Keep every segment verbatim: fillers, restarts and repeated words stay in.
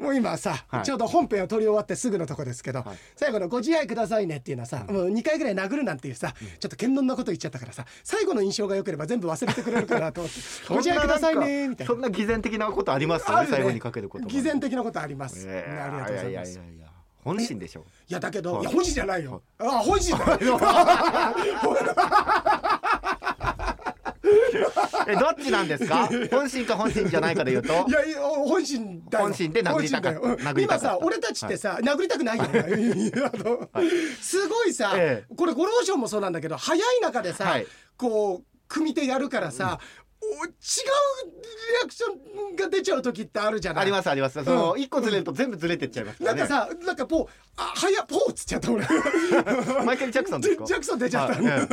もう今さ、はい、ちょうど本編を撮り終わってすぐのとこですけど、はい、最後のご自愛くださいねっていうのはさ、うん、もうにかいぐらい殴るなんていうさ、うん、ちょっと堅牢なこと言っちゃったからさ、最後の印象が良ければ全部忘れてくれるかなと思ってご自愛くださいねみたいな。 そんな偽善的なことありますよ ね, ね最後にかけること偽善的なことあります、 えー、 ありがとうございます。 いやいやいやいや本心でしょ。 いやだけど、はい、いや本心じゃないよ、はい、あ本心だよえどっちなんですか本心か本心じゃないかで言うといやいや本心だよ。 本心で殴りたかった、うん、 今さ俺たちってさ、はい、殴りたくないよねはい、すごいさ、ええ、これゴローションもそうなんだけど早い中でさ、はい、こう組手やるからさ、うん、違うリアクションが出ちゃう時ってあるじゃない。 ありますあります、うん、そのいっこずれると全部ずれてっちゃいますからね。 なんかさなんかポーあ早ポーっつっちゃった俺マイケル・ジャクソンですか。 ジャクソン出ちゃった、ね、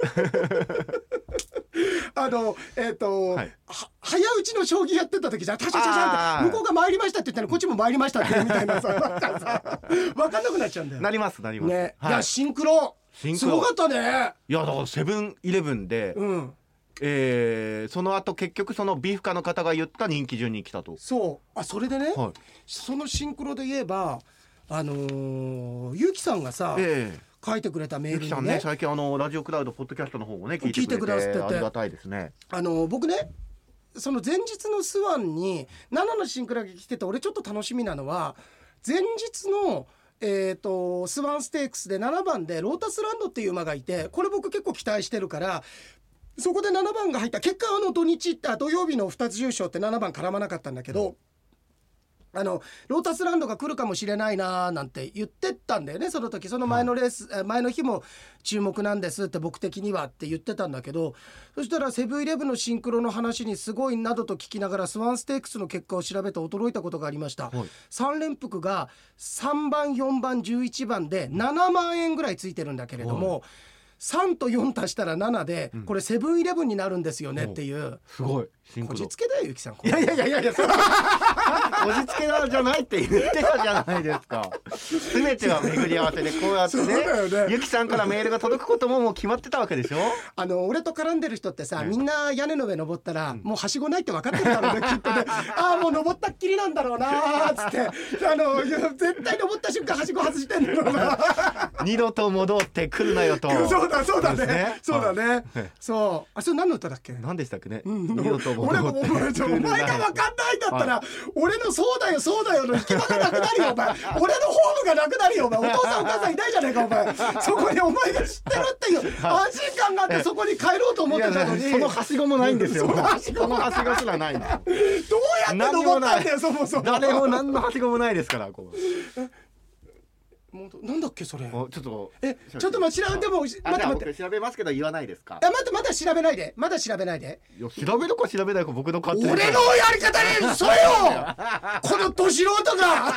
あのえっ、ー、と、はい、は早打ちの将棋やってた時じゃん、タシャシャシャって向こうが参りましたって言ったらこっちも参りましたってみたいなさなんかさ分かんなくなっちゃうんだよ。 なりますなります、 ね、はい、いやシンクロすごかったね。 いやだからセブンイレブンで、うんえー、その後結局そのビーフカの方が言った人気順に来たと。 そうあそれでね、はい、そのシンクロで言えばあのー、ゆうきさんがさ、えー書いてくれたメールにね、ゆきさんね最近あのラジオクラウドポッドキャストの方もね聞いてくれて、聞いてくださっててありがたいですね。 あの僕ねその前日のスワンにななのシンクロが来てて俺ちょっと楽しみなのは前日のえーとスワンステークスでななばんでロータスランドっていう馬がいてこれ僕結構期待してるからそこでななばんが入った結果あの土日あ土曜日のふたつ優勝ってななばん絡まなかったんだけど、うんあのロータスランドが来るかもしれないななんて言ってたんだよねその時。その前のレース、はい、前の日も注目なんですって僕的にはって言ってたんだけどそしたらセブンイレブンのシンクロの話にすごいなどと聞きながらスワンステークスの結果を調べて驚いたことがありました、はい、さん連複がさんばんよんばんじゅういちばんでななまんえんぐらいついてるんだけれども、はいさんとよん足したらななで、うん、これセブンイレブンになるんですよねっていう。 すごいこじつけだよゆきさん。 いやいやいやいやいやこじつけだじゃないって言ってたじゃないですか。全ては巡り合わせでこうやってねゆきさんからメールが届くことももう決まってたわけでしょ。 あの俺と絡んでる人ってさ、はい、みんな屋根の上登ったら、うん、もうはしごないって分かってるだろうねきっとねああもう登ったっきりなんだろうなーっつってあの絶対登った瞬間はしご外してんだろうな二度と戻ってくるなよとそうだそうだねそうだねそうあそれ何の歌だっけ。 何でしたっけね、 うん、二度と戻ってくるなよお前が分かんないんだったら、はい、俺のそうだよそうだよの行き場がなくなるよお前俺のホームがなくなるよお前お父さんお母さんいないじゃねえかお前そこにお前が知ってるっていう安心感があってそこに帰ろうと思ってたのにそのはしごもないんですよそのはしごすらないんだどうやって登ったんだよそもそも誰も何のはしごもないですからこうもうなんだっけそれ。 ちょっとえちょっと待って調べでも待って待って調べますけど言わないですか。 あ待ってまだ調べないでまだ調べないで。 いや調べるか調べないか僕の勝手に俺のやり方にそれよこのど素人が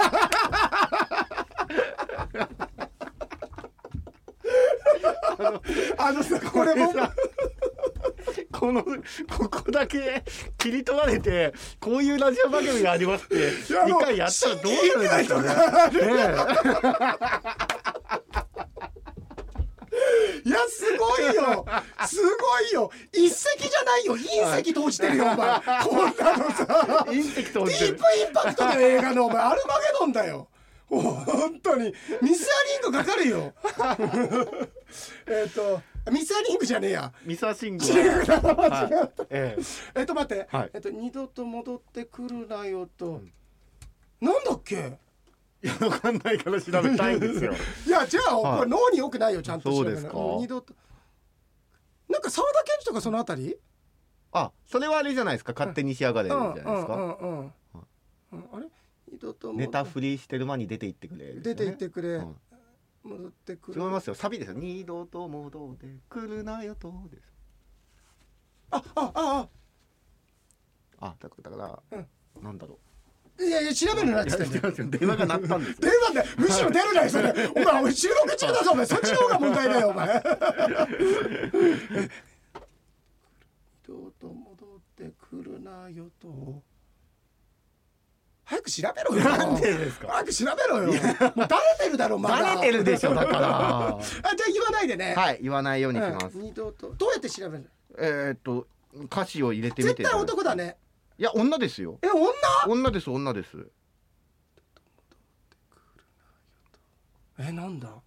あのさこれもこのここだけ切り取られてこういうラジオ番組がありますっていっかいやったらどうなるんですかね。ねいやすごいよすごいよ一石じゃないよ隕石投じてるよお前こんなのさ隕石投じてるディープインパクトの映画のお前アルマゲドンだよ本当にミスアリングかかるよえっとミスアリングじゃねえやミスアシング違う間違った、はいええっと待って、 はい、 えっと二度と戻ってくるなよと、うん、なんだっけ。 いや分かんないから調べたいんですよいやじゃあ、はい、これ脳に良くないよちゃんと調べない。 そうですか。 二度となんか沢田研二とかそのあたり。 あそれはあれじゃないですか勝手に仕上がれるじゃないですか、うんうんうんうんあれ二度とネタフリしてる間に出て行ってくれ、ね、 出て行ってくれ、うん、戻ってくる。 違いますよサビですよ二度と戻ってくるなよとです。 あああああだから、うん、なんだろういやいや調べるなっつってん電話が鳴ったんです電話でむしろ出るなよそれお前俺収録中だぞお前そっちの方が問題だよお前二度と戻ってくるなよと早く調べろよ。 なんでですか。 早く調べろよ。もうバレてるだろまだ。 バレてるでしょだから。 あじゃあ言わないでね。 はい言わないようにします。 うん、二度とどうやって調べるの。 えー、っと歌詞を入れてみて。 絶対男だね。 いや女ですよ。 え女？ 女です女です。 えなんだ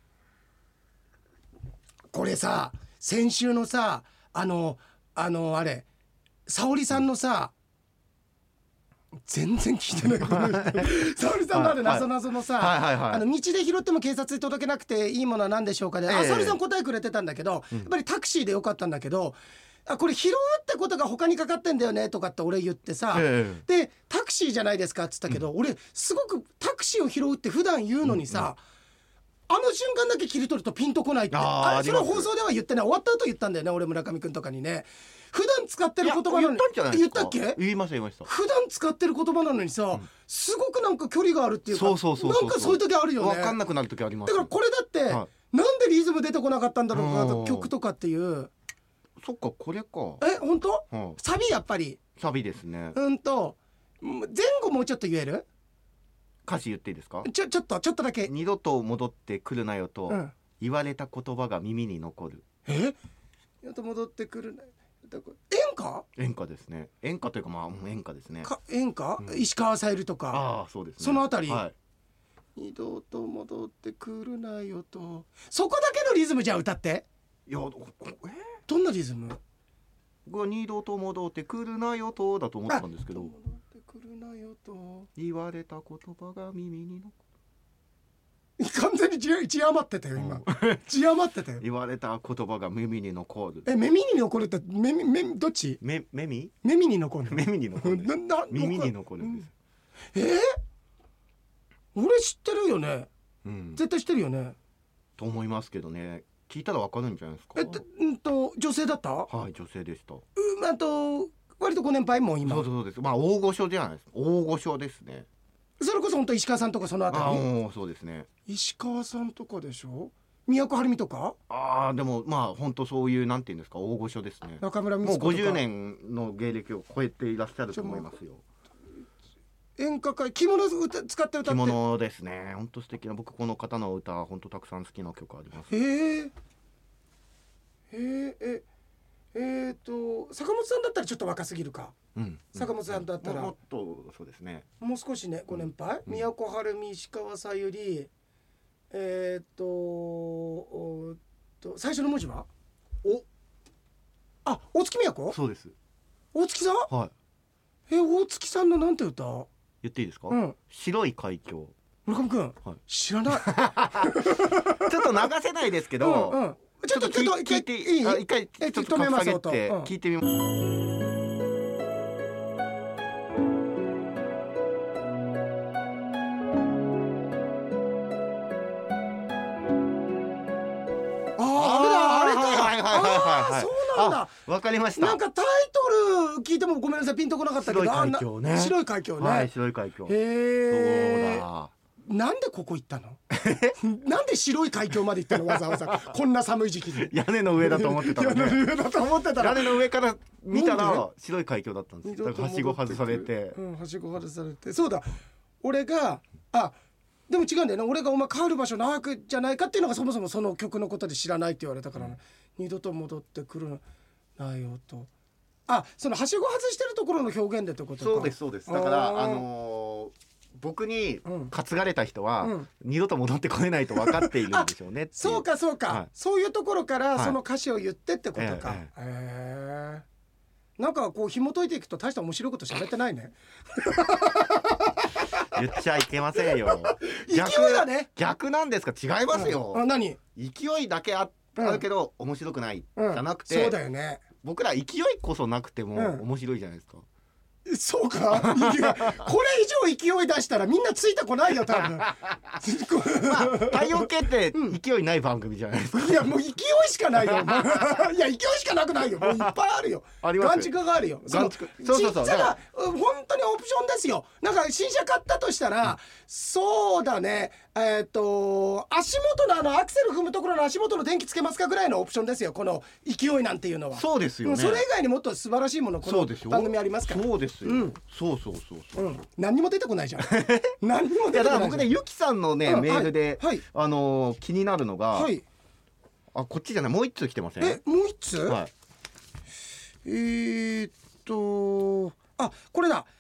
これさ、先週のさあのあのあれ沙織さんのさ、全然聞いてない沙織さんのあれなぞなぞのさ、 はいはいはい、 あの道で拾っても警察に届けなくていいものは何でしょうかで、えー、あ沙織さん答えくれてたんだけど、うん、やっぱりタクシーでよかったんだけど、あこれ拾うってことが他にかかってんだよねとかって俺言ってさ、えー、でタクシーじゃないですかっつったけど、うん、俺すごくタクシーを拾うって普段言うのにさ、うんうん、あの瞬間だけ切り取るとピンとこないって、ああそれは放送では言ってない、終わった後言ったんだよね俺、村上くんとかにね。普段使ってる言葉なのに、 言ったんじゃないですか。 言ったっけ？ 言いました言いました。 普段使ってる言葉なのにさ、うん、すごくなんか距離があるっていうか、 そうそうそうそう、 なんかそういう時あるよね。 分かんなくなる時あります。 だからこれだって、はい、なんでリズム出てこなかったんだろうか、曲とかっていう。 そっかこれか。 え本当？ うん、 サビやっぱり。 サビですね。 うんと前後もうちょっと言える？ 歌詞言っていいですか？ ちょちょっとちょっとだけ。 二度と戻ってくるなよと、うん、言われた言葉が耳に残る。 え？二度と戻ってくるな。演歌？ 演歌ですね。演歌というかまあ演歌ですね。 か演歌、うん、石川さゆりとか。 ああそうですね。 そのあたり。 はい、 二度と戻ってくるなよと。そこだけのリズムじゃ歌って。 いやえどんなリズム？ が二度と戻ってくるなよとだと思ったんですけど。 戻ってくるなよと。 言われた言葉が耳に残る。 完全に血余ってたよ今、うん、血余ってたよ。 言われた言葉が耳に残る。 え耳に残るってめめどっち？ め耳？ 耳に残る。 耳に残る。なな耳に残るんです。 うん、えー、俺知ってるよね、うん、絶対知ってるよね。 と思いますけどね。聞いたらわかるんじゃないですか。 えっと、うんと女性だった？ はい女性でした。 うんあと割とご年配も今。 そうそうです。まあ大御所じゃないですか。大御所ですね。 それこそ本当石川さんとかそのあたり。 ああそうですね。 石川さんとかでしょ。都はるみとか。 ああでもまあ本当そういうなんていうんですか大御所ですね。 中村美律子とかもうごじゅうねんの芸歴を超えていらっしゃると思いますよ。 演歌会着物歌使って歌って。 着物ですね。本当素敵な。僕この方の歌本当たくさん好きな曲あります。 へえへえええー、と坂本さんだったらちょっと若すぎるか、うん、坂本さんだったら、 うん、もっとそうですね。 もう少しねご年配、うん、都はるみ石川さゆりえっ、ー、とおと最初の文字はおあ大月みやこ。 そうです。 大月さん。 はい。 え大月さんのなんて歌言っていいですか？うん、白い海峡。 村上くん、はい、知らないちょっと流せないですけど、うんうん、 ちょっとちょっと聞いていい？あ一回ちょっと止めます下げて聞いてみます。わかりました。 なんかタイトル聞いてもごめんなさいピンとこなかったけど、 白い海峡ね。 白い海峡ね。 はい白い海峡。 へえ。 そうだ。 なんでここ行ったの？なんで白い海峡まで行ったのわざわざこんな寒い時期に。 屋根の上だと思ってたのね。 屋根の上だと思ってたら。 屋根の上から見たら白い海峡だったんです。だからはしご外されて。 うんはしご外されて。そうだ。俺があでも違うんだよね。俺がお前帰る場所なくじゃないかっていうのがそもそもその曲のことで知らないって言われたから、ね、うん、二度と戻ってくるなよと。あそのはしご外してるところの表現でってことか。 そうですそうです。だからあのー僕に担がれた人は、うん、二度と戻ってこれないと分かっているんでしょうねっていう。 そうかそうか、はい、そういうところからその歌詞を言ってってことか、 はい、えええー、なんかこう紐解いていくと大した面白いこと喋ってないね言っちゃいけませんよ勢いだね。 逆なんですか？違いますよ、 うん、あ何勢いだけ あ, あるけど、うん、面白くない、うん、じゃなくて、 そうだよね。 僕ら勢いこそなくても面白いじゃないですか、うんそうかこれ以上勢い出したらみんなついてこないよ多分まあ太陽系って勢いない番組じゃないですか、 うん、いやもう勢いしかないよいや勢いしかなくないよもういっぱいあるよあります。 眼蓄があるよ。 眼蓄そうそうそう。 実は本当にオプションですよ。なんか新車買ったとしたら、うん、そうだねえっ、ー、と足元のあのアクセル踏むところの足元の電気つけますかぐらいのオプションですよこの勢いなんていうのは。 そうですよね。 それ以外にもっと素晴らしいものこの番組ありますから。 そうですよ、うん、そうそうそうそう、うん、 何にも出てこないじゃん何にも出てこないじゃん。いやだから僕ねゆきさんのね、うん、メールで、 はい、 あのー、気になるのが、はい、あこっちじゃないもう一通来てません？ えもう一通、 はい、 えー、っとあこれだ、 はい、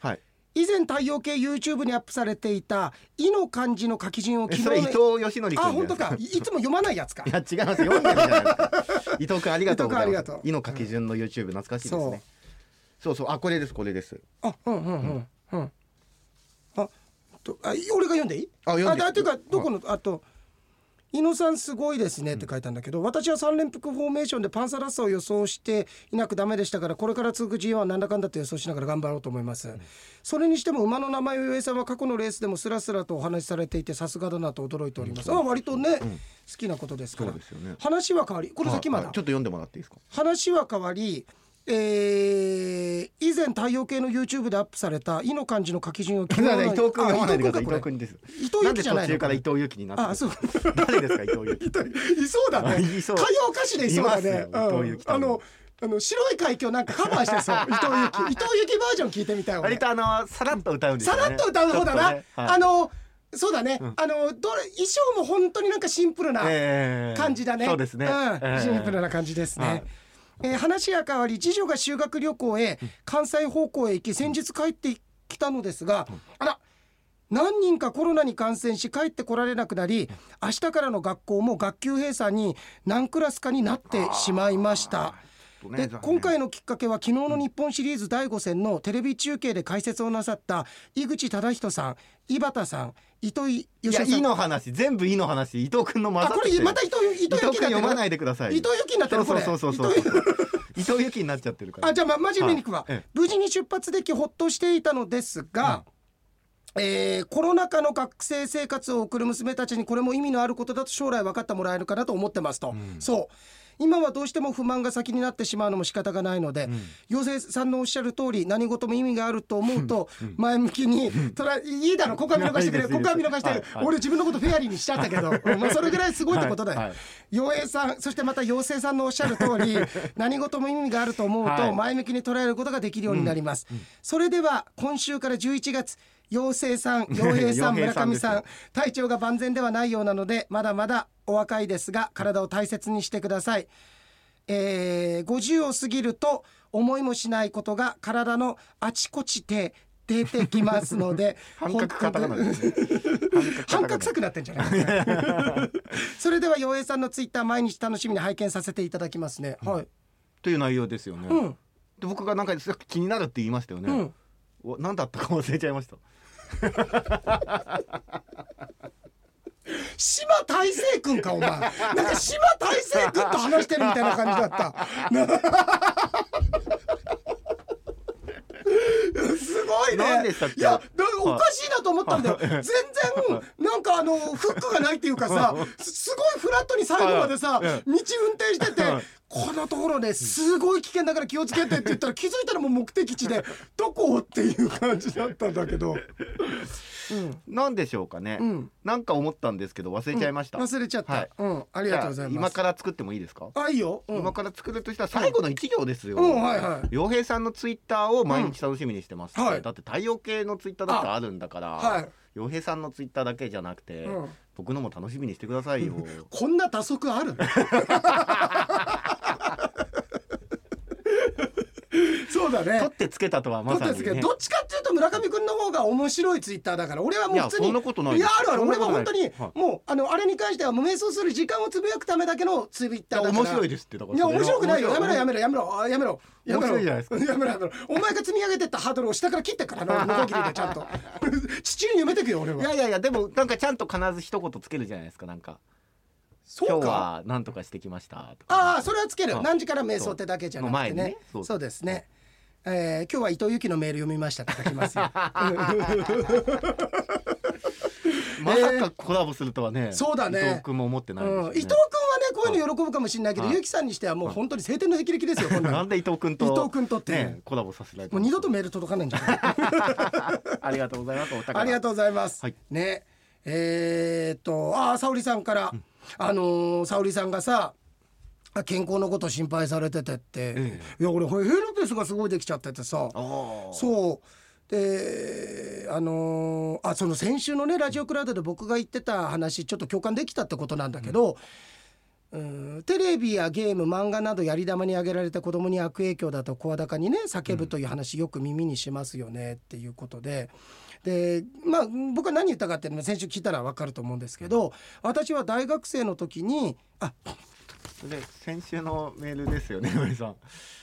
以前太陽系 YouTube にアップされていた「い」の漢字の書き順を昨日、ね、伊藤義則君。 あ、本当か。いつも読まないやつか。 いや違います、読んでるじゃないですか。伊藤君ありがとうございます。「い」の書き順の YouTube 懐かしいですね。そうそうそう、あ、これですこれです。 あ、うんうんうんうん。あ、とあ俺が読んでいい？ あ、読んでいい。 あ、というかどこの、あと伊野さんすごいですねって書いたんだけど、うん、私はさん連複フォーメーションでパンサラッサを予想していなくダメでしたから、これから続く ジーワン はなんだかんだと予想しながら頑張ろうと思います、うん、それにしても馬の名前を上さんは過去のレースでもスラスラとお話しされていてさすがだなと驚いております、うん、あ、割とね、うん、好きなことですから。 そうですよね。 話は変わり、これ先まだ、 はいはい、ちょっと読んでもらっていいですか。 話は変わり、えー、以前太陽系の YouTube でアップされた「い」の漢字の書き順を昨日の伊藤君が読まないでください。伊藤君です。 伊藤由紀じゃないの。 なんで途中から伊藤由紀になってる。 あ、そう。 誰ですか伊藤由紀。 いそうだね。 いそう。 歌謡歌手でいそうだね。 伊藤由紀。 あのあの白い海峡なんかカバーしてそう。伊藤由紀。伊藤由紀バージョン聞いてみたい。 割とあのさらっと歌うんですよね。 さらっと歌う方だな。あのそうだね。あのどれ衣装も本当になんかシンプルな感じだね。 そうですね。 シンプルな感じですね。えー、話は変わり、次女が修学旅行へ関西方向へ行き先日帰ってきたのですが、あら、何人かコロナに感染し帰ってこられなくなり、明日からの学校も学級閉鎖に何クラスかになってしまいました。で今回のきっかけは昨日の日本シリーズだいご戦のテレビ中継で解説をなさった井口忠人さん、井端さん、糸井義さん。いや、井の話、全部井の話、伊藤君の混ざってて。 あ、これまた伊藤伊藤由紀読まないでください。 伊藤由紀になってる。これそうそうそうそう伊藤由紀になっちゃってるから。 あ、じゃあ、ま、真面目にいくわ、はい、無事に出発できほっとしていたのですが、うん、えー、コロナ禍の学生生活を送る娘たちにこれも意味のあることだと将来分かってもらえるかなと思ってますと、うん、そう今はどうしても不満が先になってしまうのも仕方がないので、うん、妖精さんのおっしゃる通り何事も意味があると思うと前向きに、うん、とらいいだろ、ここは見逃してくれ、ここは見逃して、はいはい、俺自分のことフェアリーにしちゃったけどまあそれぐらいすごいってことだよ、はいはい、妖精さん、そしてまた妖精さんのおっしゃる通り何事も意味があると思うと前向きに捉えることができるようになります、はい、うん、それでは今週からじゅういちがつ、妖精さん、陽平さん、村上さん、体調が万全ではないようなのでまだまだお若いですが体を大切にしてください。えー、ごじゅうを過ぎると思いもしないことが体のあちこちで出てきますので半角カタカナですね。 半角臭くなってんじゃないそれでは陽平さんのツイッター毎日楽しみに拝見させていただきますね、うん、はい、 という内容ですよね、うん、で僕がなんか気になるって言いましたよね、うん、何だったか忘れちゃいました島大成君かお前なんか島大成君と話してるみたいな感じだったすごいね。 何でしたっけ。 いやおかしいなと思ったんだよ全然なんかあのフックがないっていうかさすごいフラットに最後までさ道運転しててこのところですごい危険だから気をつけてって言ったら気づいたらもう目的地でどこっていう感じだったんだけどうん、なんでしょうかね、うん、なんか思ったんですけど忘れちゃいました、 うん、忘れちゃった、はい、うん、ありがとうございます。 今から作ってもいいですか。 あ、いいよ、うん、 今から作るとしたら最後の一行ですよ、 うん、はいはい、 陽平さんのツイッターを毎日楽しみにしてます、うん、はい、だって太陽系のツイッターだってあるんだから、はい、陽平さんのツイッターだけじゃなくて、うん、僕のも楽しみにしてくださいよこんな多足あるそうだね、 取ってつけたとはまさに、ね、 どっちかっていうと村上くんの方が面白いツイッターだから俺はもう普通に、いやそんなことない、いやあるある、俺は本当に、はい、もうあのあれに関してはもう瞑想する時間をつぶやくためだけのツイッターだから面白いですって。だからいや面白くないよ、やめろやめろやめろやめろやめろ面白いじゃないですかやめろやめろお前が積み上げてったハードルを下から切ってからのノコギリでちゃんと父に埋めてくよ俺は。 いやいやいやでもなんかちゃんと必ず一言つけるじゃないですか。なんか今日は何とかしてきましたとか、 ああそれはつける、何時から瞑想ってだけじゃなくてね、そう、そうですね、えー、今日は伊藤由紀のメール読みましたって書きますよまさかコラボするとはね、 そうだね、 伊藤君も思ってないですよね、 うん、伊藤君はねこういうの喜ぶかもしれないけど、由紀さんにしてはもう本当に晴天の霹靂ですよこんななんで伊藤君と伊藤君とって、 ね、コラボさせられたもう二度とメール届かないんじゃないありがとうございます。おありがとうございます、はい、ねえー、っとあ沙織さんから、うん、あのー、沙織さんがさ健康のこと心配されててって、ええ、いや俺ヘルペスがすごいできちゃっててさ、そうであのー、あその先週のねラジオクラウドで僕が言ってた話ちょっと共感できたってことなんだけど、 うん、テレビやゲーム漫画などやり玉に挙げられた子供に悪影響だと声高にね叫ぶという話よく耳にしますよねっていうことで、でまあ僕は何言ったかっていうのは先週聞いたら分かると思うんですけど、私は大学生の時にあで先週のメールですよね森さん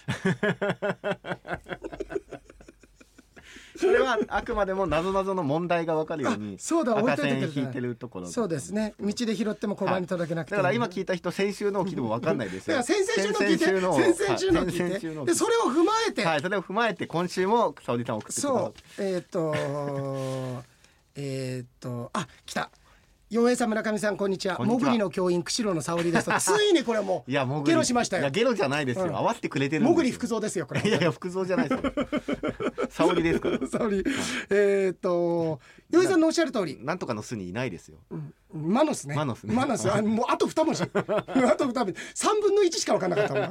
それはあくまでも謎々の問題が分かるようにそうだ赤線引いてるところそうですね、道で拾っても交番に届けなくて、 はい、だから今聞いた人先週のを聞いても分かんないですよだから先々週の聞いて先々週の聞いて、はい、でそれを踏まえて、 はい、それを踏まえて今週も沙織さん送ってください。 そうえっ、ー、とえっ、ー、とあ来た陽平さん村上さんこんにちは。もぐりの教員釧路の沙織ですついにこれはもうゲロしましたよ。 いやゲロじゃないですよ、うん、合わせてくれてるんですよ。 もぐり福蔵ですよこれ。 いやいや福蔵じゃないですよ沙織ですから沙織、はい、えっ、ー、と陽平さんのおっしゃる通りなんとかの巣にいないですよ、 うん、マノスねマノスねマノスあもうあと二文字あと二文字さんぶんのいちしか分かんなかったもん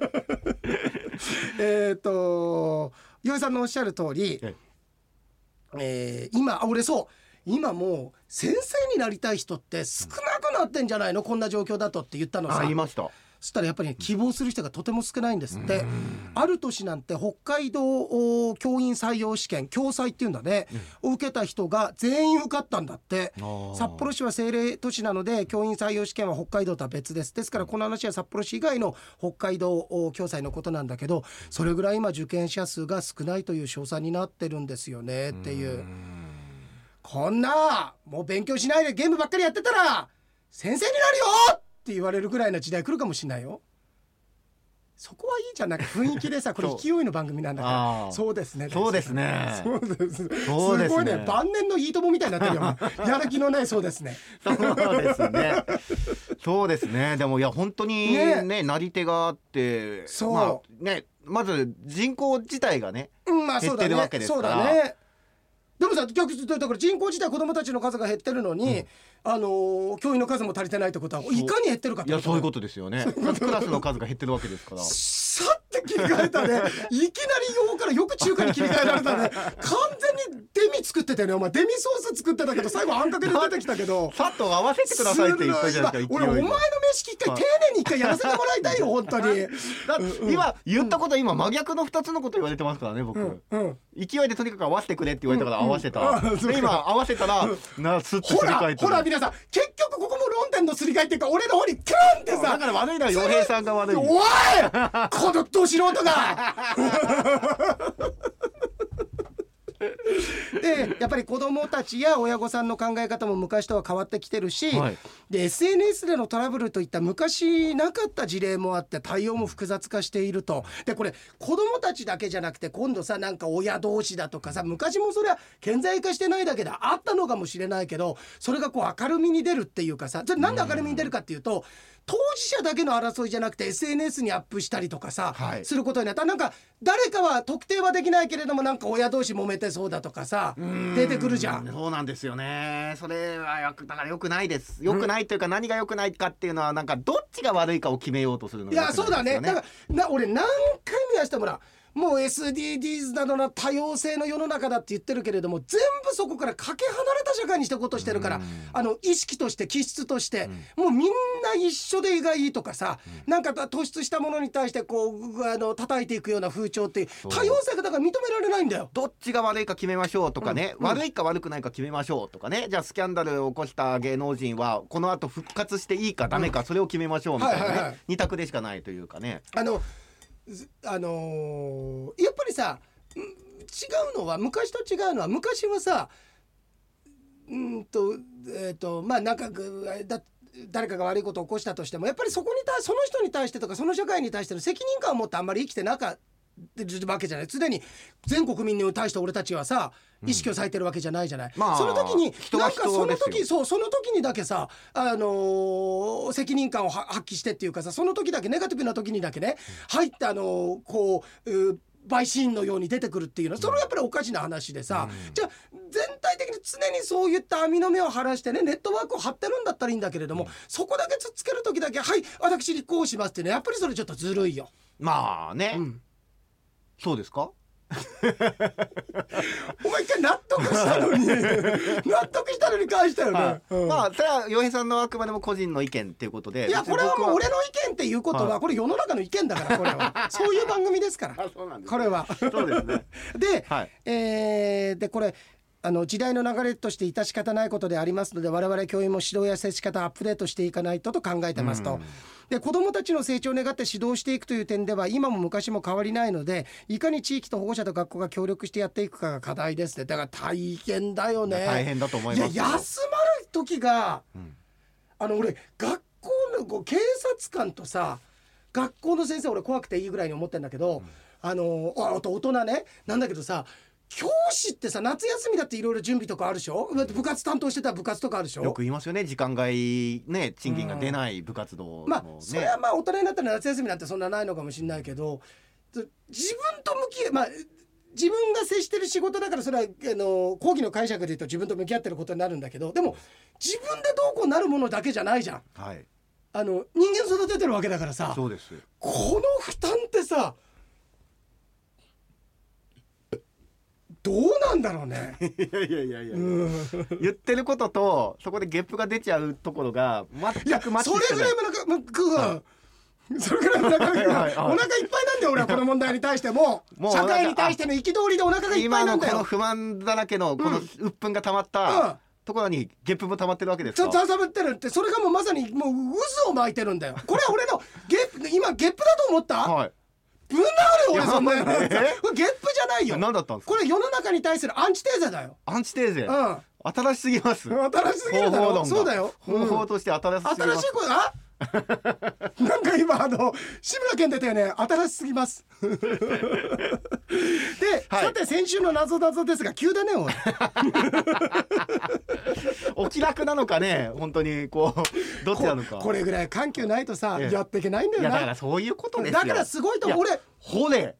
えっと陽平さんのおっしゃる通り、はい、えー、今俺そう今もう先生になりたい人って少なくなってんじゃないのこんな状況だとって言ったのさ。 あ言いました。 そしたらやっぱり、ね、希望する人がとても少ないんですって。ある年なんて北海道教員採用試験共採っていうんだね、うん、を受けた人が全員受かったんだって。札幌市は政令都市なので教員採用試験は北海道とは別です。ですからこの話は札幌市以外の北海道共採のことなんだけど、それぐらい今受験者数が少ないという賞賛になってるんですよねっていう。こんなもう勉強しないでゲームばっかりやってたら先生になるよって言われるぐらいの時代来るかもしれないよ。そこはいいじゃん、なんか雰囲気でさこれ勢いの番組なんだからそうですねそうですねそうですすごいね晩年のいいともみたいになってるよやる気のないそうですねそうですねそうですね。でもいや本当に ね, ねなり手があってそう、まあね、まず人口自体がね、うんまあ、減ってるわけですから。 そうだね。でもさ逆にだから人口自体子どもたちの数が減ってるのに、うんあのー、教員の数も足りてないってことはいかに減ってるかってこと。 いやそういうことですよねクラスの数が減ってるわけですからさって切り替えたねいきなり洋からよく中華に切り替えられたね完全にデミ作ってたよねお前。デミソース作ってたけど最後あんかけで出てきたけどさっと合わせてくださいって言ったじゃないですか。 俺お前の飯一回丁寧に一回やらせてもらいたいよ本当にだ今言ったことは今真逆のふたつのこと言われてますからね僕、うんうん、勢いでとにかく合わせてくれって言われたから合わせた、うんうん、で今合わせたらなスッとすり替えてほらほら皆さん結局ここも論点のすり替えっていうか俺の方にキャンってさだから悪いのは洋平さんが悪い。おいこのど素人がでやっぱり子どもたちや親御さんの考え方も昔とは変わってきてるし、はい、で エスエヌエス でのトラブルといった昔なかった事例もあって対応も複雑化していると。でこれ子どもたちだけじゃなくて今度さなんか親同士だとかさ昔もそれは顕在化してないだけであったのかもしれないけどそれがこう明るみに出るっていうかさじゃあなんで明るみに出るかっていうと当事者だけの争いじゃなくて エスエヌエス にアップしたりとかさ、はい、することになったらなんか誰かは特定はできないけれどもなんか親同士揉めてそうだとかさ出てくるじゃん。 そうなんですよね。それはよくだから良くないです。良くないというか何が良くないかっていうのはなんかどっちが悪いかを決めようとするのが良くないですよね。 いやそうだね。だからな俺何回も言わせてもらう。もう エスディージーズ などの多様性の世の中だって言ってるけれども全部そこからかけ離れた社会にしていこうとしてるから、あの意識として気質として、うん、もうみんな一緒でがいいとかさ、うん、なんか突出したものに対してこうあの叩いていくような風潮って多様性がだから認められないんだよ。 どっちが悪いか決めましょうとかね、うん、悪いか悪くないか決めましょうとかね、じゃあスキャンダルを起こした芸能人はこの後復活していいかダメか、うん、それを決めましょうみたいなね、はいはいはい、二択でしかないというかね。 あのあのー、やっぱりさ違うのは昔と違うのは昔はさうんとえっ、ー、とまあなんかだ誰かが悪いことを起こしたとしてもやっぱりそこに対その人に対してとかその社会に対しての責任感を持ってあんまり生きてなかったわけじゃない。常に全国民に対して俺たちはさ意識を割いてるわけじゃないじゃない、うんまあ、その時になんかその時そうその時にだけさ、あのー、責任感を発揮してっていうかさその時だけネガティブな時にだけね、うん、入ってあのー、こう陪審のように出てくるっていうのはそれはやっぱりおかしな話でさ、うん、じゃあ全体的に常にそういった網の目を張らしてねネットワークを張ってるんだったらいいんだけれども、うん、そこだけつっつける時だけはい私立候補しますってねやっぱりそれちょっとずるいよ。 まあね、うん、そうですか。 お前一回納得したのに納得したのに返したよね、 はいうん、 まあそれは洋平さんのあくまでも個人の意見っていうことで、 いやこれはもう俺の意見っていうことは、はい、これ世の中の意見だからこれはそういう番組ですからあそうなんです、ね、 これはそうですねで、 はい、 えー、でこれあの時代の流れとして致し方ないことでありますので、我々教員も指導や接し方をアップデートしていかないとと考えてますと、で子どもたちの成長を願って指導していくという点では今も昔も変わりないので、いかに地域と保護者と学校が協力してやっていくかが課題ですね。だから大変だよね。 大変だと思います。 いや休まる時が、うん、あの俺学校のこう警察官とさ学校の先生俺怖くていいぐらいに思ってんだけど、うん、あのあと大人ねなんだけどさ、教師ってさ夏休みだっていろいろ準備とかあるでしょ。部活担当してたら部活とかあるでしょ。 よく言いますよね、時間外ね賃金が出ない部活動の、ね、 まあそれはまあ大人になったら夏休みなんてそんなないのかもしれないけど、自分と向き合う、まあ自分が接してる仕事だからそれはあの講義の解釈で言うと自分と向き合ってることになるんだけど、でも自分でどうこうなるものだけじゃないじゃん、 はい、 あの人間育ててるわけだからさ。 そうです。 この負担ってさどうなんだろうね。 いやいやいやいや、うん、言ってることとそこでゲップが出ちゃうところが全くマッチしてない。それぐらい村上君はそれぐらい村上君はお腹いっぱいなんだよ俺はこの問題に対しても社会に対しての憤りでお腹がいっぱいなんだよ。 今のこの不満だらけのこの鬱憤が溜まった、うんうん、ところにゲップも溜まってるわけですか。 溜まってるって、それがもうまさにもう渦を巻いてるんだよ。これは俺のゲップ今ゲップだと思った、はい、ぶん殴る俺そんなのこれゲップじゃないよ。 何だったんですか。 これ世の中に対するアンチテーゼだよ。 アンチテーゼ、うん、新しすぎます。 新しすぎるだろ。そうだよ、 方法として新しすぎます。 新しいことあなんか今あの志村けん出たよね、新しすぎますで、はい、さて先週の謎謎ですが急だねおいお気楽なのかね本当にこうどっちなのかこ, これぐらい緩急ないとさ、ええ、やっていけないんだよな。 いやだからそういうことですよ。 だからすごいと思う俺。 ほれ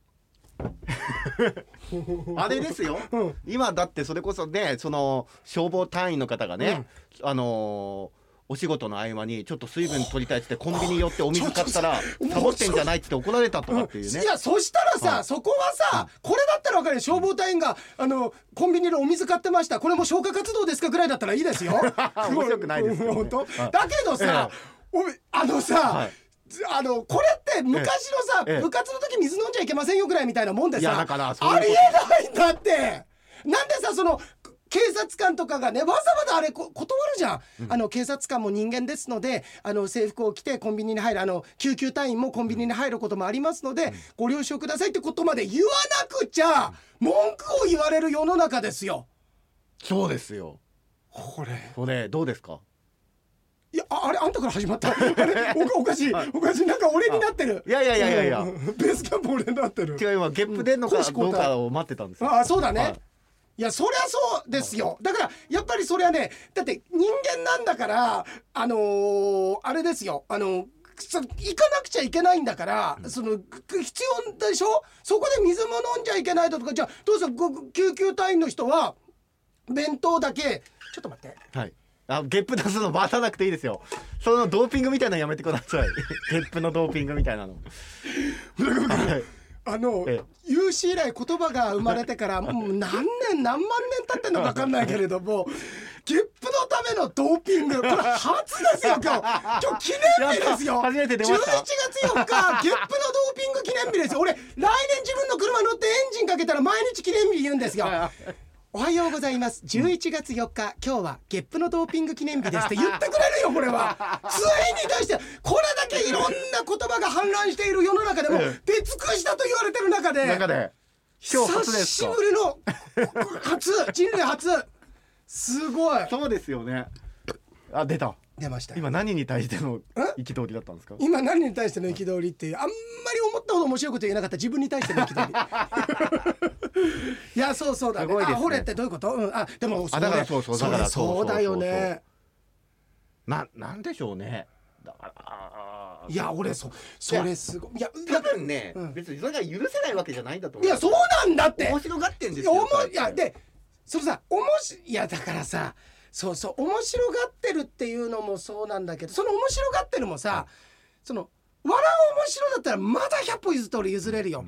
あれですよ、うん、今だってそれこそねその消防隊員の方がね、うん、あのーお仕事の合間にちょっと水分取りたいってコンビニ寄ってお水買ったらサボってんじゃないって怒られたとかっていうね。 いやそしたらさ、はい、そこはさ、うん、これだったら分かるよ。消防隊員があのコンビニでお水買ってました、これも消火活動ですかぐらいだったらいいですよ面白くないですよ、ね、 本当だけどさ、ええ、おあのさ、はい、あのこれって昔のさ、ええ、部活の時水飲んじゃいけませんよぐらいみたいなもんでさ、 いやだからそういうありえないんだって。なんでさその警察官とかがねわざわざあれこ断るじゃん、うん、あの警察官も人間ですのであの制服を着てコンビニに入る、あの救急隊員もコンビニに入ることもありますので、うん、ご了承くださいってことまで言わなくちゃ文句を言われる世の中ですよ。 そうですよ。 これこれどうですか。 いや あ, あれあんたから始まったあれ お, おかしいおかしいなんか俺になってる。 いやいやいやいやいやベースキャンプ俺になってる。 違う今ゲップ出んのかどうかを待ってたんですよ。 ああそうだね、はい、いやそりゃそうですよ。だからやっぱりそれはねだって人間なんだからあのー、あれですよあの行かなくちゃいけないんだから、うん、その必要でしょ。そこで水も飲んじゃいけないとか。じゃあどうする救急隊員の人は弁当だけちょっと待って、 はい、あゲップ出すの待たなくていいですよ。そのドーピングみたいなのやめてくださいゲップのドーピングみたいなのはいあの、ええ、有史以来言葉が生まれてからもう何年何万年経ってんのか分かんないけれどもゲップのためのドーピングこれ初ですよ今日今日記念日ですよ。 初めて出ました。 じゅういちがつよっかゲップのドーピング記念日ですよ。俺来年自分の車乗ってエンジンかけたら毎日記念日言うんですよおはようございます。じゅういちがつよっか、今日はゲップのドーピング記念日ですって言ってくれるよこれはついに対してこれだけいろんな言葉が氾濫している世の中でも出尽くしたと言われてる中で、 中で今日初ですか。 久しぶりの初人類初すごい。 そうですよね。あ出た出ました。 今何に対しての憤りだったんですか。 今何に対しての憤りっていうあんまり思ったほど面白いこと言えなかった自分に対しての憤りいやそうそうだね。ねあほれってどういうこと、うん、あでもあだからそうそうだからそうだよね。 ななんでしょうね。だからいや俺そそれすごい。いや多分ね、うん、別にそれが許せないわけじゃないんだと思う。 いやそうなんだって。 面白がってんですよ。 いやでそのさおもしいやだからさそうそう面白がってるっていうのもそうなんだけどその面白がってるもさ、うん、その笑う面白だったらまだひゃっぽ譲って俺譲れるよ、うん、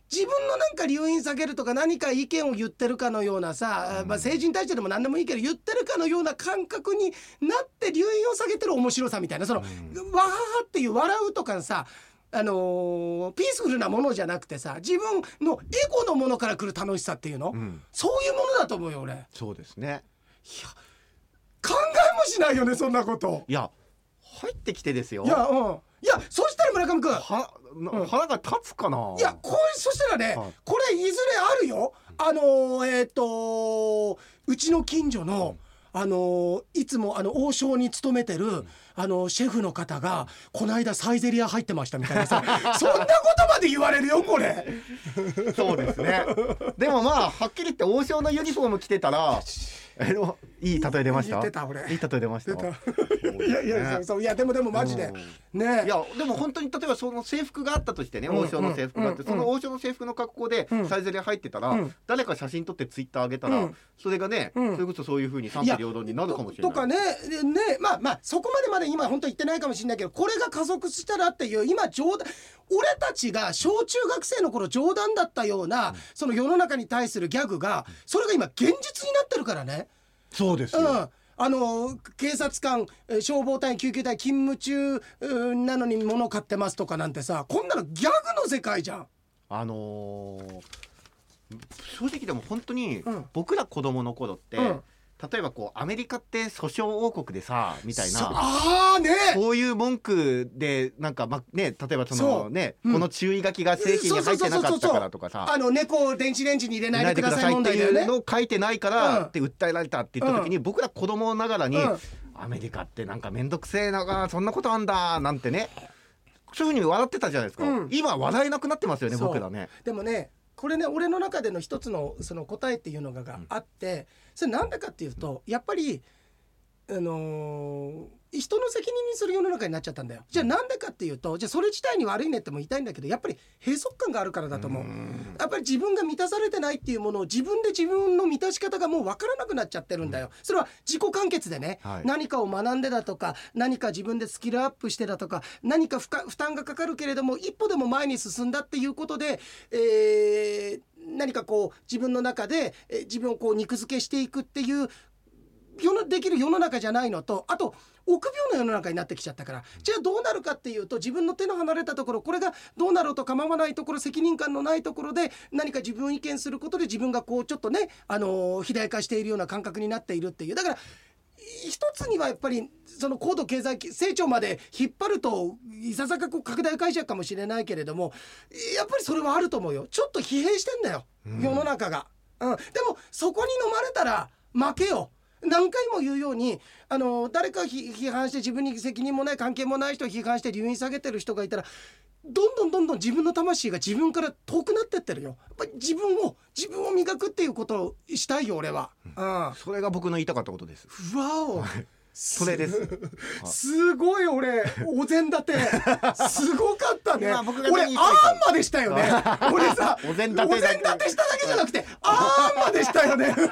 自分のなんか留飲下げるとか何か意見を言ってるかのようなさ、うん、まあ、政治に対してでも何でもいいけど言ってるかのような感覚になって留飲を下げてる面白さみたいな、その、うん、わははっていう笑うとかさ、あのー、ピースフルなものじゃなくてさ、自分のエゴのものから来る楽しさっていうの、うん、そういうものだと思うよ俺。 そうですね。 いや考えもしないよねそんなこと。 いや入ってきてですよ。 いや、うん、いやそしたら村上君は、うん、腹が立つかな。 いやこれそしたらね、はい、これいずれあるよ。あのー、えっ、ー、とうちの近所の、うん、あのー、いつもあの王将に勤めてる、うん、あのシェフの方がこの間サイゼリヤ入ってましたみたいなさそんなことまで言われるよこれそうですね。でもまあはっきり言って王将のユニフォーム着てたらえのいい例え出ました。 言ってた俺。 いい例え出ました。 いやいや、そうそういやでもでもマジで、うん、ね。 いやでも本当に例えばその制服があったとしてね、うん、王将の制服があって、うん、その王将の制服の格好でサイゼリヤ入ってたら、うん、誰か写真撮ってツイッター上げたら、うん、それがね、うん、それこそそういう風に賛否両論になるかもしれない。 とかねね、まあまあそこまでまで今本当言ってないかもしれないけど、これが加速したらっていう今冗談、俺たちが小中学生の頃冗談だったような、うん、その世の中に対するギャグがそれが今現実になってるからね。 そうですよ、 うん、あの警察官消防隊員救急隊勤務中なのに物を買ってますとかなんてさ、こんなのギャグの世界じゃん。あのー、正直でも本当に僕ら子供の頃って、うん、例えばこうアメリカって訴訟王国でさみたいな、 あー、ね、 そういう文句でなんか、まね、例えばそのね、うん、この注意書きが製品に入ってなかったからとかさ、 あの猫を電子レンジに入れないでください問題だよね、 っていうのを書いてないからって訴えられたって言った時に、うん、僕ら子供ながらに、うん、アメリカってなんかめんどくせえな、そんなことあんだなんてね、そういう風に笑ってたじゃないですか、うん、今笑えなくなってますよね僕らね。 でもねこれね俺の中での一つのその答えっていうのがあって、それなんだかっていうと、やっぱりあのー、人の責任にする世の中になっちゃったんだよ。じゃあなんでかっていうと、じゃあそれ自体に悪いねっても言いたいんだけど、やっぱり閉塞感があるからだと思う。やっぱり自分が満たされてないっていうものを自分で自分の満たし方がもう分からなくなっちゃってるんだよ。それは自己完結でね、はい、何かを学んでだとか何か自分でスキルアップしてだとか何か負負担がかかるけれども一歩でも前に進んだっていうことで、えー、何かこう自分の中で、えー、自分をこう肉付けしていくっていう世のできる世の中じゃないのと、あと臆病な世の中になってきちゃったから、じゃあどうなるかっていうと、自分の手の離れたところ、これがどうなろうと構わないところ、責任感のないところで何か自分を意見することで自分がこうちょっとね、あのー、肥大化しているような感覚になっているっていう。だから一つにはやっぱりその高度経済成長まで引っ張るといささかこう拡大解釈かもしれないけれども、やっぱりそれはあると思うよ。ちょっと疲弊してんだよ、うん、世の中が、うん、でもそこに飲まれたら負けよ。何回も言うように、あの誰か批判して自分に責任もない関係もない人を批判して留飲下げてる人がいたら、どんどんどんどん自分の魂が自分から遠くなってってるよ。やっぱり自分を自分を磨くっていうことをしたいよ俺は、 うんうん、それが僕の言いたかったことです。 わおそれですすごい。俺お膳立てすごかったね。俺あーんまでしたよね俺さお膳立てしただけじゃなくてあーんまでしたよねで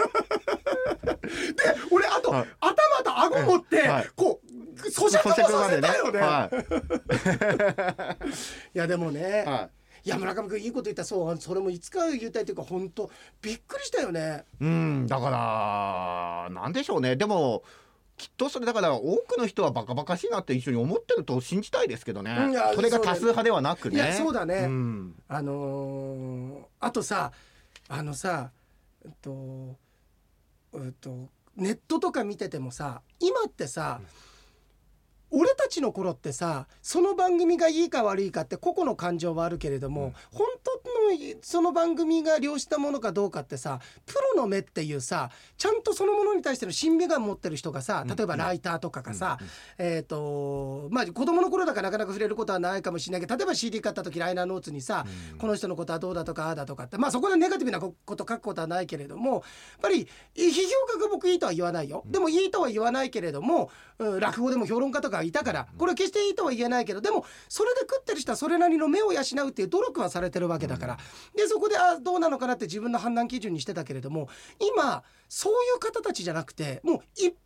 俺あと、はい、頭と顎持って、はい、こう咀嚼もさせたよね、はい、いやでもね、はい、いや村上君いいこと言った。そうそれもいつか言いたいというか本当びっくりしたよね。 うんだからなんでしょうね。でもきっとそれだから多くの人はバカバカしいなって一緒に思ってると信じたいですけどね、うん、それが多数派ではなくね。 いやそうだね、うん、あのー、あとさあのさえっとえっとネットとか見ててもさ、今ってさ、うん、俺たちの頃ってさ、その番組がいいか悪いかって個々の感情はあるけれども、うん、本当のその番組が良したものかどうかってさ、プロの目っていうさ、ちゃんとそのものに対しての審美眼持ってる人がさ、例えばライターとかがさ、うんうん、えっとまあ子供の頃だからなかなか触れることはないかもしれないけど、例えば シーディー 買った時ライナーノーツにさ、うん、この人のことはどうだとかああだとかって、まあそこでネガティブなこと書くことはないけれども、やっぱり批評家が僕いいとは言わないよ。でもいいとは言わないけれども、うん、落語でも評論家とかいたから、これは決していいとは言えないけど、でもそれで食ってる人はそれなりの目を養うっていう努力はされてるわけだから、でそこであどうなのかなって自分の判断基準にしてたけれども、今そういう方たちじゃなくて、もう一般の目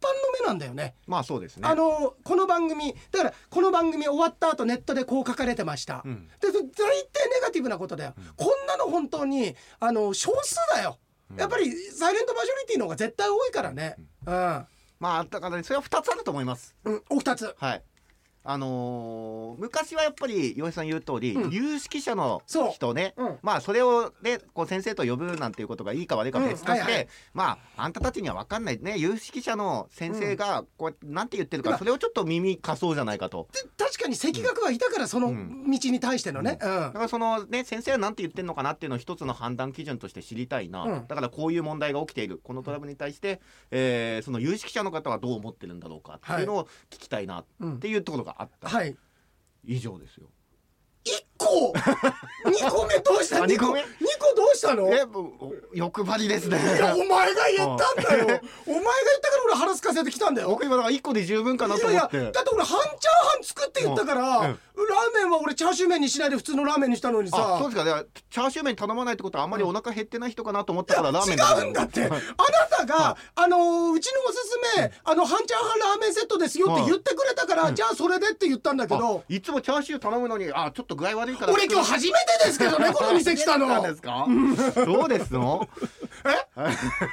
なんだよね。 まあそうですね。 あのこの番組だからこの番組終わった後ネットでこう書かれてました、うん、で大抵ネガティブなことだよ、うん、こんなの本当にあの少数だよ、うん、やっぱりサイレントマジョリティの方が絶対多いからね、うん、うん、 まあだから、ね、それはふたつあると思います、 うん、おふたつ、 はい、あのー、昔はやっぱり岩井さん言う通り、うん、有識者の人ね、うん、まあそれをねこう先生と呼ぶなんていうことがいいか悪いか別として、うんはいはい、まああんたたちには分かんないね有識者の先生がこうなんて言ってるか、うん、それをちょっと耳貸そうじゃないかと。 確かに赤学はいたからその道に対してのね、 うんうん、だからそのね先生はなんて言ってるのかなっていうのを一つの判断基準として知りたいな、うん、だからこういう問題が起きているこのトラブルに対して、えー、その有識者の方はどう思ってるんだろうかっていうのを聞きたいなっていうところがあった、 はい、 以上ですよ。 いっこにこめどうしたにこめにこどうしたの。 え欲張りですね。 いやお前が言ったんだよお前が言ったから俺腹すかせてきたんだよ。 僕今だからいっこで十分かなと思って。いやいやだって俺半チャーハン作って言ったから、うんうん、ラーメンは俺チャーシュー麺にしないで普通のラーメンにしたのにさ。 あそうですか。チャーシュー麺頼まないってことはあんまりお腹減ってない人かなと思ったからラーメンだ。違うんだってあなたがあのー、うちのおすすめあの半チャーハンラーメンセットですよって言ってくれたから、うん、じゃあそれでって言ったんだけど、 いつもチャーシュー頼むのにあちょっと具合悪いから俺今日初めてですけどねこの店来たの。 ですかそうですのえ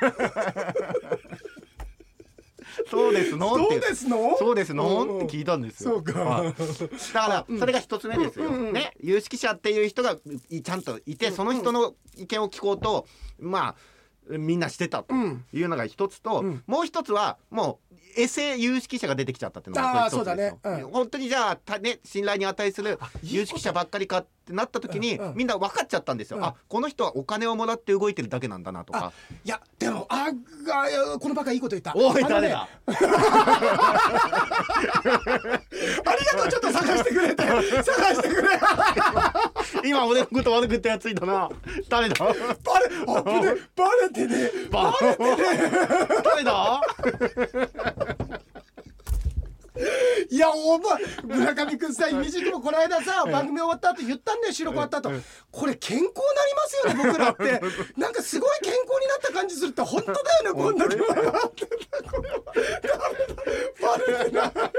そうですのそうですのそうですのって聞いたんですよ。 そうか。 だからそれが一つ目ですよ、うん、ね有識者っていう人がちゃんといてその人の意見を聞こうとまあみんなしてたというのが一つと、うん、もう一つはもうエセ有識者が出てきちゃったっていうのが一つですよ。うん、本当にじゃあ、ね、信頼に値する有識者ばっかりかってなった時に、うんうん、みんな分かっちゃったんですよ、うん、あこの人はお金をもらって動いてるだけなんだなとか。 いやでもああこのバカいいこと言った。 おい誰だありがとうちょっと探してくれて探してくれ今俺のこと悪く言ったやついたな。誰だバレあバレバレてねバレてね誰だいやお前村上くんさイミジクもこの間さ番組終わった後言ったんだよ収録終わった後これ健康になりますよね僕らってなんかすごい健康になった感じするって本当だよねこんだけ笑ってたこれはバレて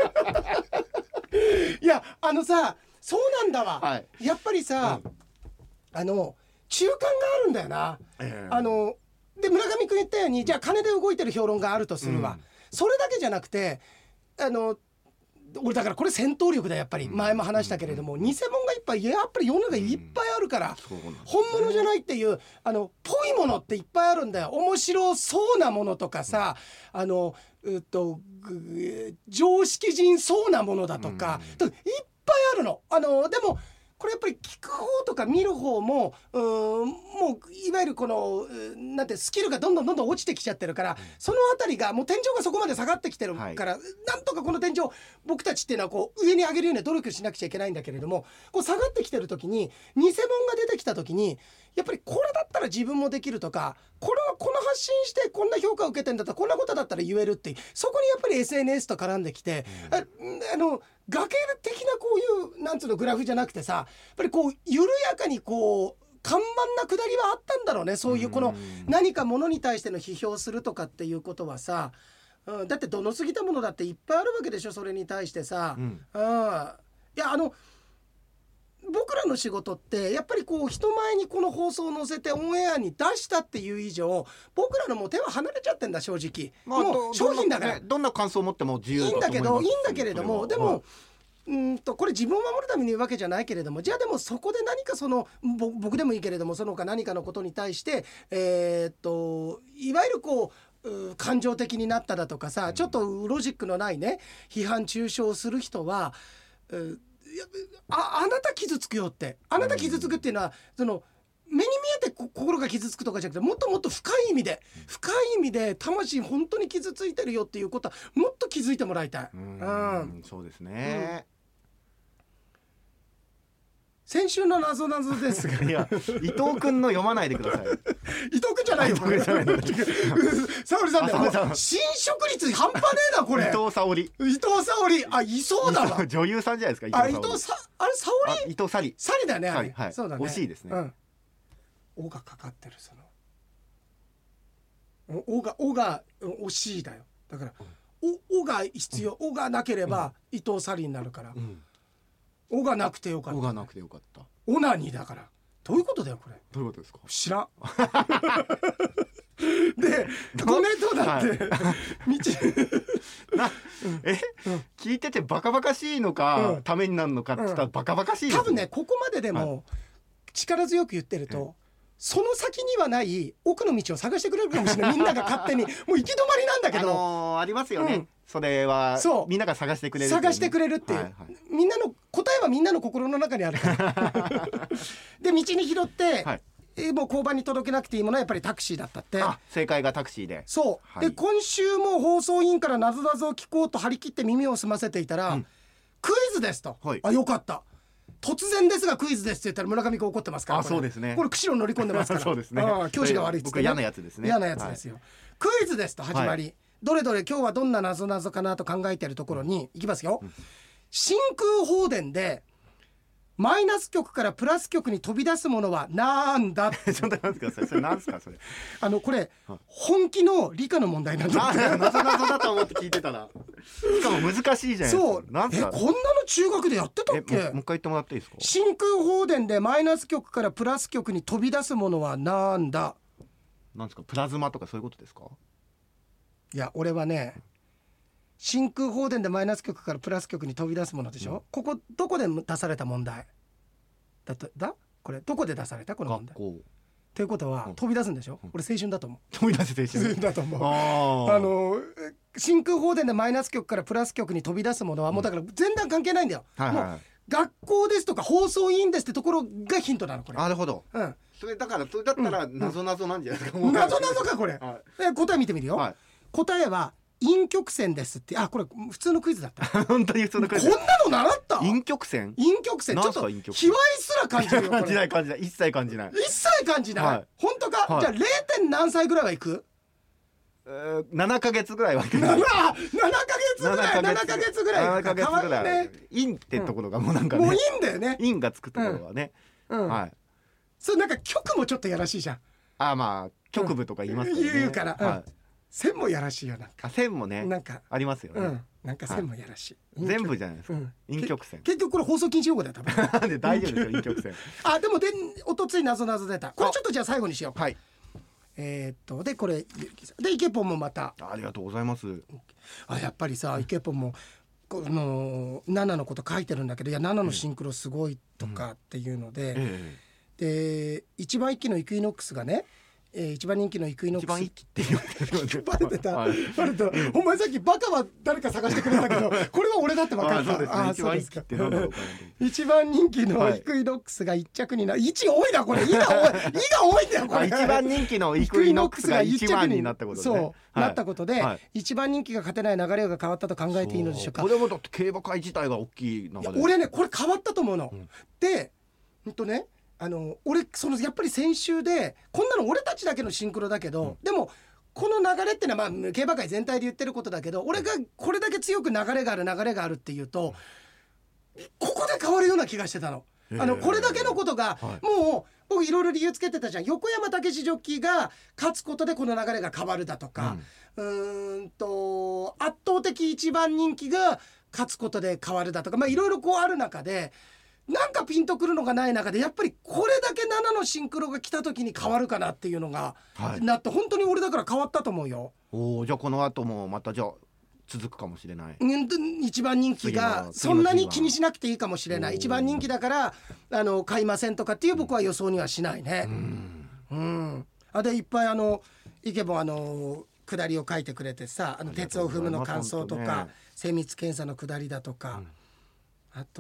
ないいやあのさそうなんだわ、はい、やっぱりさ、うん、あの中間があるんだよな、えー、あので村上くん言ったようにじゃあ金で動いてる評論があるとするわ、うん、それだけじゃなくてあの俺だからこれ戦闘力だやっぱり前も話したけれども、うん、偽物がいっぱいやっぱり世の中いっぱいあるから、うん、本物じゃないっていうあのぽいものっていっぱいあるんだよ。面白そうなものとかさ、うん、あのうっと常識人そうなものだとか、うん、いっぱいあるの。あのでもこれやっぱり聞く方とか見る方もうーんもういわゆるこのなんてスキルがどんどんどんどん落ちてきちゃってるから、うん、そのあたりがもう天井がそこまで下がってきてるから、はい、なんとかこの天井僕たちっていうのはこう上に上げるように努力しなくちゃいけないんだけれどもこう下がってきてる時に偽物が出てきた時にやっぱりこれだったら自分もできるとかこれはこの発信してこんな評価を受けてんだったらこんなことだったら言えるっていうそこにやっぱり エスエヌエス と絡んできて、うん、あ, あの崖的なこういうなんつうのグラフじゃなくてさやっぱりこう緩やかにこう緩慢な下りはあったんだろうね。そういうこの何かものに対しての批評するとかっていうことはさ、うん、だってどの過ぎたものだっていっぱいあるわけでしょそれに対してさ、うん、うん、いやあの僕らの仕事ってやっぱりこう人前にこの放送を載せてオンエアに出したっていう以上僕らのもう手は離れちゃってんだ正直、まあ、もう商品だからど, ど, んどんな感想を持っても自由だと思います。 いいんだけどいいんだけれどもでもうんとこれ自分を守るために言うわけじゃないけれどもじゃあでもそこで何かその僕でもいいけれどもその他何かのことに対してえー、っといわゆるこう感情的になっただとかさ、うん、ちょっとロジックのないね批判中傷する人はあ, あなた傷つくよってあなた傷つくっていうのはその目に見えて心が傷つくとかじゃなくてもっともっと深い意味で深い意味で魂本当に傷ついてるよっていうことはもっと気づいてもらいたい。うん、 うん、そうですね、うん、 先週の謎謎ですがいや伊藤君の読まないでください伊藤君じゃないよ沙織さんだよ侵食率半端ねえなこれ伊藤沙織伊藤沙織あいそうだわ女優さんじゃないですか。 あ伊藤さあれ沙織伊藤沙莉沙莉だねあれ、 はい、 そうだね惜しいですね、うんおがかかってるそのおがおが惜しいだよだからおおが必要、おがなければ伊藤沙莉になるから、 うんおがなくてよかった、 おがなくてよかった。 オナニーだから。どういうことだよこれ。 どういうことですか。 知らんでごねとだって、はい、道なえ、うん、聞いててバカバカしいのか、うん、ためになるのかって言ったらバカバカしいですね、 多分ねここまででも、はい、力強く言ってると、うん、その先にはない奥の道を探してくれるかもしれないみんなが勝手にもう行き止まりなんだけど、 あのー、ありますよね、うん、それはそうみんなが探してくれる、ね、 探してくれるっていう、はいはい、みんなの答えはみんなの心の中にあるからで道に拾って、はい、えもう交番に届けなくていいものはやっぱりタクシーだったって。 あ、正解がタクシーで。 そう、はい、で今週も放送委員からなぞなぞを聞こうと張り切って耳を澄ませていたら、うん、クイズですと、はい、あよかった、突然ですがクイズですって言ったら村上君怒ってますから。 あ、そうですね、 これ釧路乗り込んでますからそうですね、 あ教師が悪いっつって、ね、 僕嫌なやつですね、 嫌なやつですよ、はい、クイズですと始まり、はい、どれどれ今日はどんななぞなぞかなと考えているところにいきますよ、うん、真空放電でマイナス極からプラス極に飛び出すものはなんだちょっと待ってください、それなんですかそれ。 あのこれ本気の理科の問題なんだって。 なぞなぞだと思って聞いてたらしかも難しいじゃないですか。 そうなんすか、えこんなの中学でやってたっけ。 もう一回言ってもらっていいですか。 真空放電でマイナス極からプラス極に飛び出すものはなんだ。 なんですか、プラズマとかそういうことですか。 いや俺はね、真空放電でマイナス極からプラス極に飛び出すものでしょ、うん、ここどこで出された問題だとだこれどこで出されたこの問題ということは、うん、飛び出すんでしょ、うん、俺青春だと思う。 飛び出せ青春だと思う。ああの真空放電でマイナス極からプラス極に飛び出すものは、うん、もうだから全然関係ないんだよ、はいはいはい、もう学校ですとか放送委員ですってところがヒントなのこれ。 なるほど、うん、それだからそれだったら謎謎なんじゃないですか、うん、 謎謎かこれ、はい、答え見てみるよ、はい、答えは陰極線ですって。あこれ普通のクイズだった本当に普通のクイズ。 こんなの習った。 陰極線陰極線ちょっと卑猥すら感じるよ感じない感じない一切感じない一切感じない、はい、本当か、はい、じゃあ ゼロ. 点何歳ぐらいはいく、 えー、ななかげつぐらいはいくなな, ななかげつぐらいななかげつぐらいななかげつぐらいね。陰ってところがもうなんかね、 もういいんだよね、 陰がつくところはね、うんうん、はい。 それなんか局もちょっとやらしいじゃん。 あまあ局部とか言いますよね、うん、 言うから、うん、はい、線もやらしいよなんか。 あ線もねなんかありますよね、うん、 なんか線もやらしい、 はい、全部じゃないですか、うん、陰極線。 結局これ放送禁止用語だよ多分なんで大丈夫ですよ陰極線あでもでおとついなぞなぞ出た。これちょっとじゃあ最後にしよう。はい、えー、っとでこれでイケポンもまたありがとうございます。 あやっぱりさイケポンもこのナナのこと書いてるんだけど、いやナナのシンクロすごいとかっていうので、うんええ、で一番一期のイクイノックスがね、えー、一番人気のイクイノックス一番一期って言バレてた、はい、バレた、うん、お前さっきバカは誰か探してくれたけどこれは俺だって分かった。 あそうですね、一番一期ってなんだろうか一番人気のイクイノックスが一着にな、いち多いなこれ、いが多い、いが多いんだよこれ。 一番人気のイクイノックスが一番になったことで、 そう、はい、なったことで、はい、一番人気が勝てない流れが変わったと考えていいのでしょうか。 これもだって競馬界自体が大きい中で、 いや俺ねこれ変わったと思うの、うん、でほんとねあの俺そのやっぱり先週でこんなの俺たちだけのシンクロだけど、うん、でもこの流れってのはまあ競馬界全体で言ってることだけど、俺がこれだけ強く流れがある流れがあるっていうとここで変わるような気がしてたの。あのこれだけのことが、はい、もう僕いろいろ理由つけてたじゃん。横山武史ジョッキーが勝つことでこの流れが変わるだとか、うん、うーんと圧倒的一番人気が勝つことで変わるだとか、まあいろいろこうある中でなんかピンとくるのがない中でやっぱりこれだけななのシンクロが来た時に変わるかなっていうのが、はい、なって本当に俺だから変わったと思うよ。 おじゃあこの後もまたじゃあ続くかもしれない。 一番人気がそんなに気にしなくていいかもしれない。一番人気だからあの買いませんとかっていう僕は予想にはしないね。うん、うん、あでいっぱいあのイケボンあの下りを書いてくれてさ、あの鉄を踏むの感想とか、ね、精密検査の下りだとか、うん、あと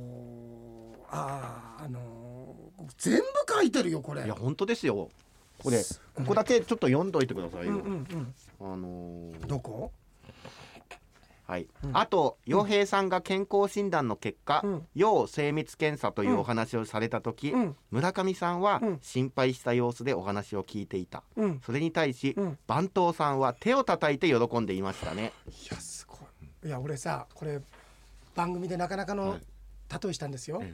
ああの全部書いてるよこれ。 いや本当ですよこれ。ここだけちょっと読んどいてくださいよ、うんうんうん、あのー、 どこはい、うん、あと洋平さんが健康診断の結果、うん、要精密検査というお話をされた時、うん、村上さんは心配した様子でお話を聞いていた、うん、それに対し、うん、番頭さんは手を叩いて喜んでいましたね。 いやすごい。いや俺さこれ番組でなかなかの例えしたんですよ、はい、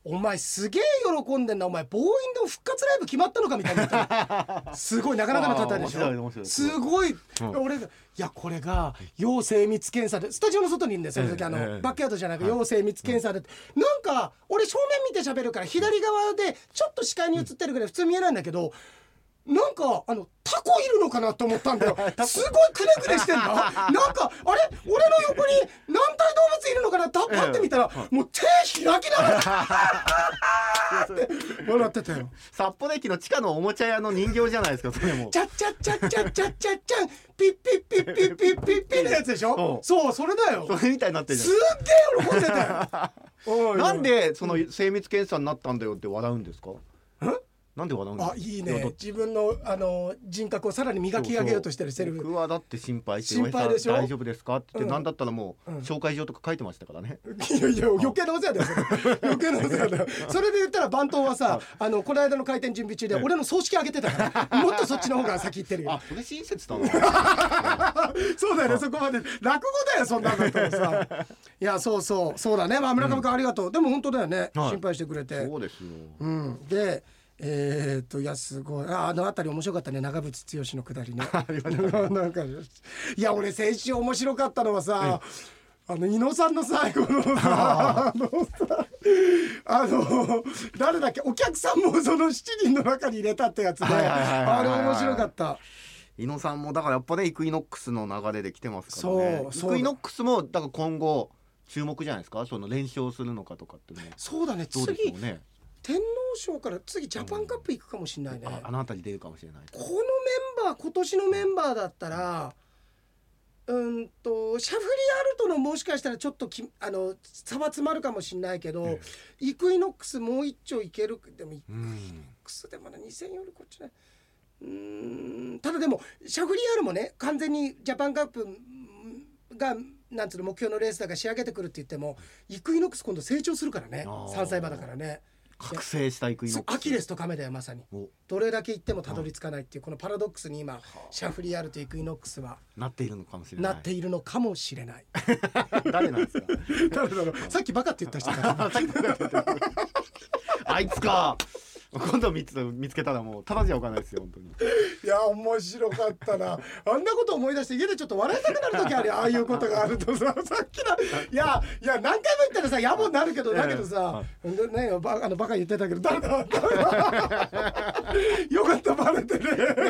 お前すげえ喜んでんな、お前ボーインの復活ライブ決まったのかみたいなすごいなかなかの方でしょ。すごい、うん、俺がいやこれが要精密検査でスタジオの外にいるんですよ、その時あの、えー、バックヤードじゃなく要精密検査で、はい、なんか俺正面見て喋るから左側でちょっと視界に映ってるぐらい普通見えないんだけど、なんかあのタコいるのかなと思ったんだよすごいくねくねしてんだなんかあれ俺の横に軟体動物いるのかな、パッて見たら、ええ、もう手開きながらって笑ってたよ。 札幌駅の地下のおもちゃ屋の人形じゃないですか、それもチャッチャッチャッチャッチャッチャッチャンピッピッピッピッピッピッピッのやつでしょ。そうそれだよ、 それみたいになってるじゃん。 すっげえ喜んでたよなんでその精密検査になったんだよって笑うんですか。 んなんで笑うんですか。 あ、いいね。自分のあの人格をさらに磨き上げようとしてるセリフ。 僕はだって心配して心配でしょ。 大丈夫ですかって言って、うん、なんだったらもう、うん、紹介状とか書いてましたからね。 いやいや余計なお世話だよ余計なお世話だよそれで言ったら番頭はさ、あのこの間の開店準備中で俺の葬式あげてたからもっとそっちの方が先行ってるよ。 あ、それ親切だなそうだよね、そこまで落語だよそんなのとさいやそうそうそうだね、まあ、村上君ありがとう、うん、でも本当だよね、はい、心配してくれて。 そうですよ、 うん、でえー、っといやすごい あ, あのあたり面白かったね、長渕剛のくだりねなんかいや俺先週面白かったのはさ、あの伊野さんの最後のさあのさあの誰だっけ、お客さんもそのしちにんの中に入れたってやつで、あれ面白かった。 伊野さんもだからやっぱねイクイノックスの流れで来てますからね。 そうイクイノックスもだから今後注目じゃないですか、その連勝するのかとかっていうのも。 そうだね、 どうでしょうね。 天皇賞から次ジャパンカップ行くかもしれないね、うん、 あ, あの辺り出るかもしれない。 このメンバー今年のメンバーだったらうんとシャフリヤルトのもしかしたらちょっときあの差は詰まるかもしれないけど、うん、イクイノックスもう一丁いける。でもイクイノックスでもなにせんよりこっちね、うーんただでもシャフリヤルもね完全にジャパンカップがなんつうの目標のレースだから仕上げてくるって言ってもイクイノックス今度成長するからね、さんさい馬だからね。 覚醒したイクイノックス、 アキレスとカメだよまさに。どれだけ行ってもたどり着かないっていうこのパラドックスに今シャフリヤールとイクイノックスはなっているのかもしれない。 なっているのかもしれない誰なんですか誰だろう、さっきバカって言った人だあいつか今度見つ、見つけたらもうただじゃおかないですよ本当に。 いや面白かったなあんなこと思い出して家でちょっと笑いたくなる時あるよああいうことがあるとささっきのいやいや何回も言ったらさ野暮になるけどだけどさ、えー、ねバあのバカ言ってたけど誰だ誰だよかったバレてね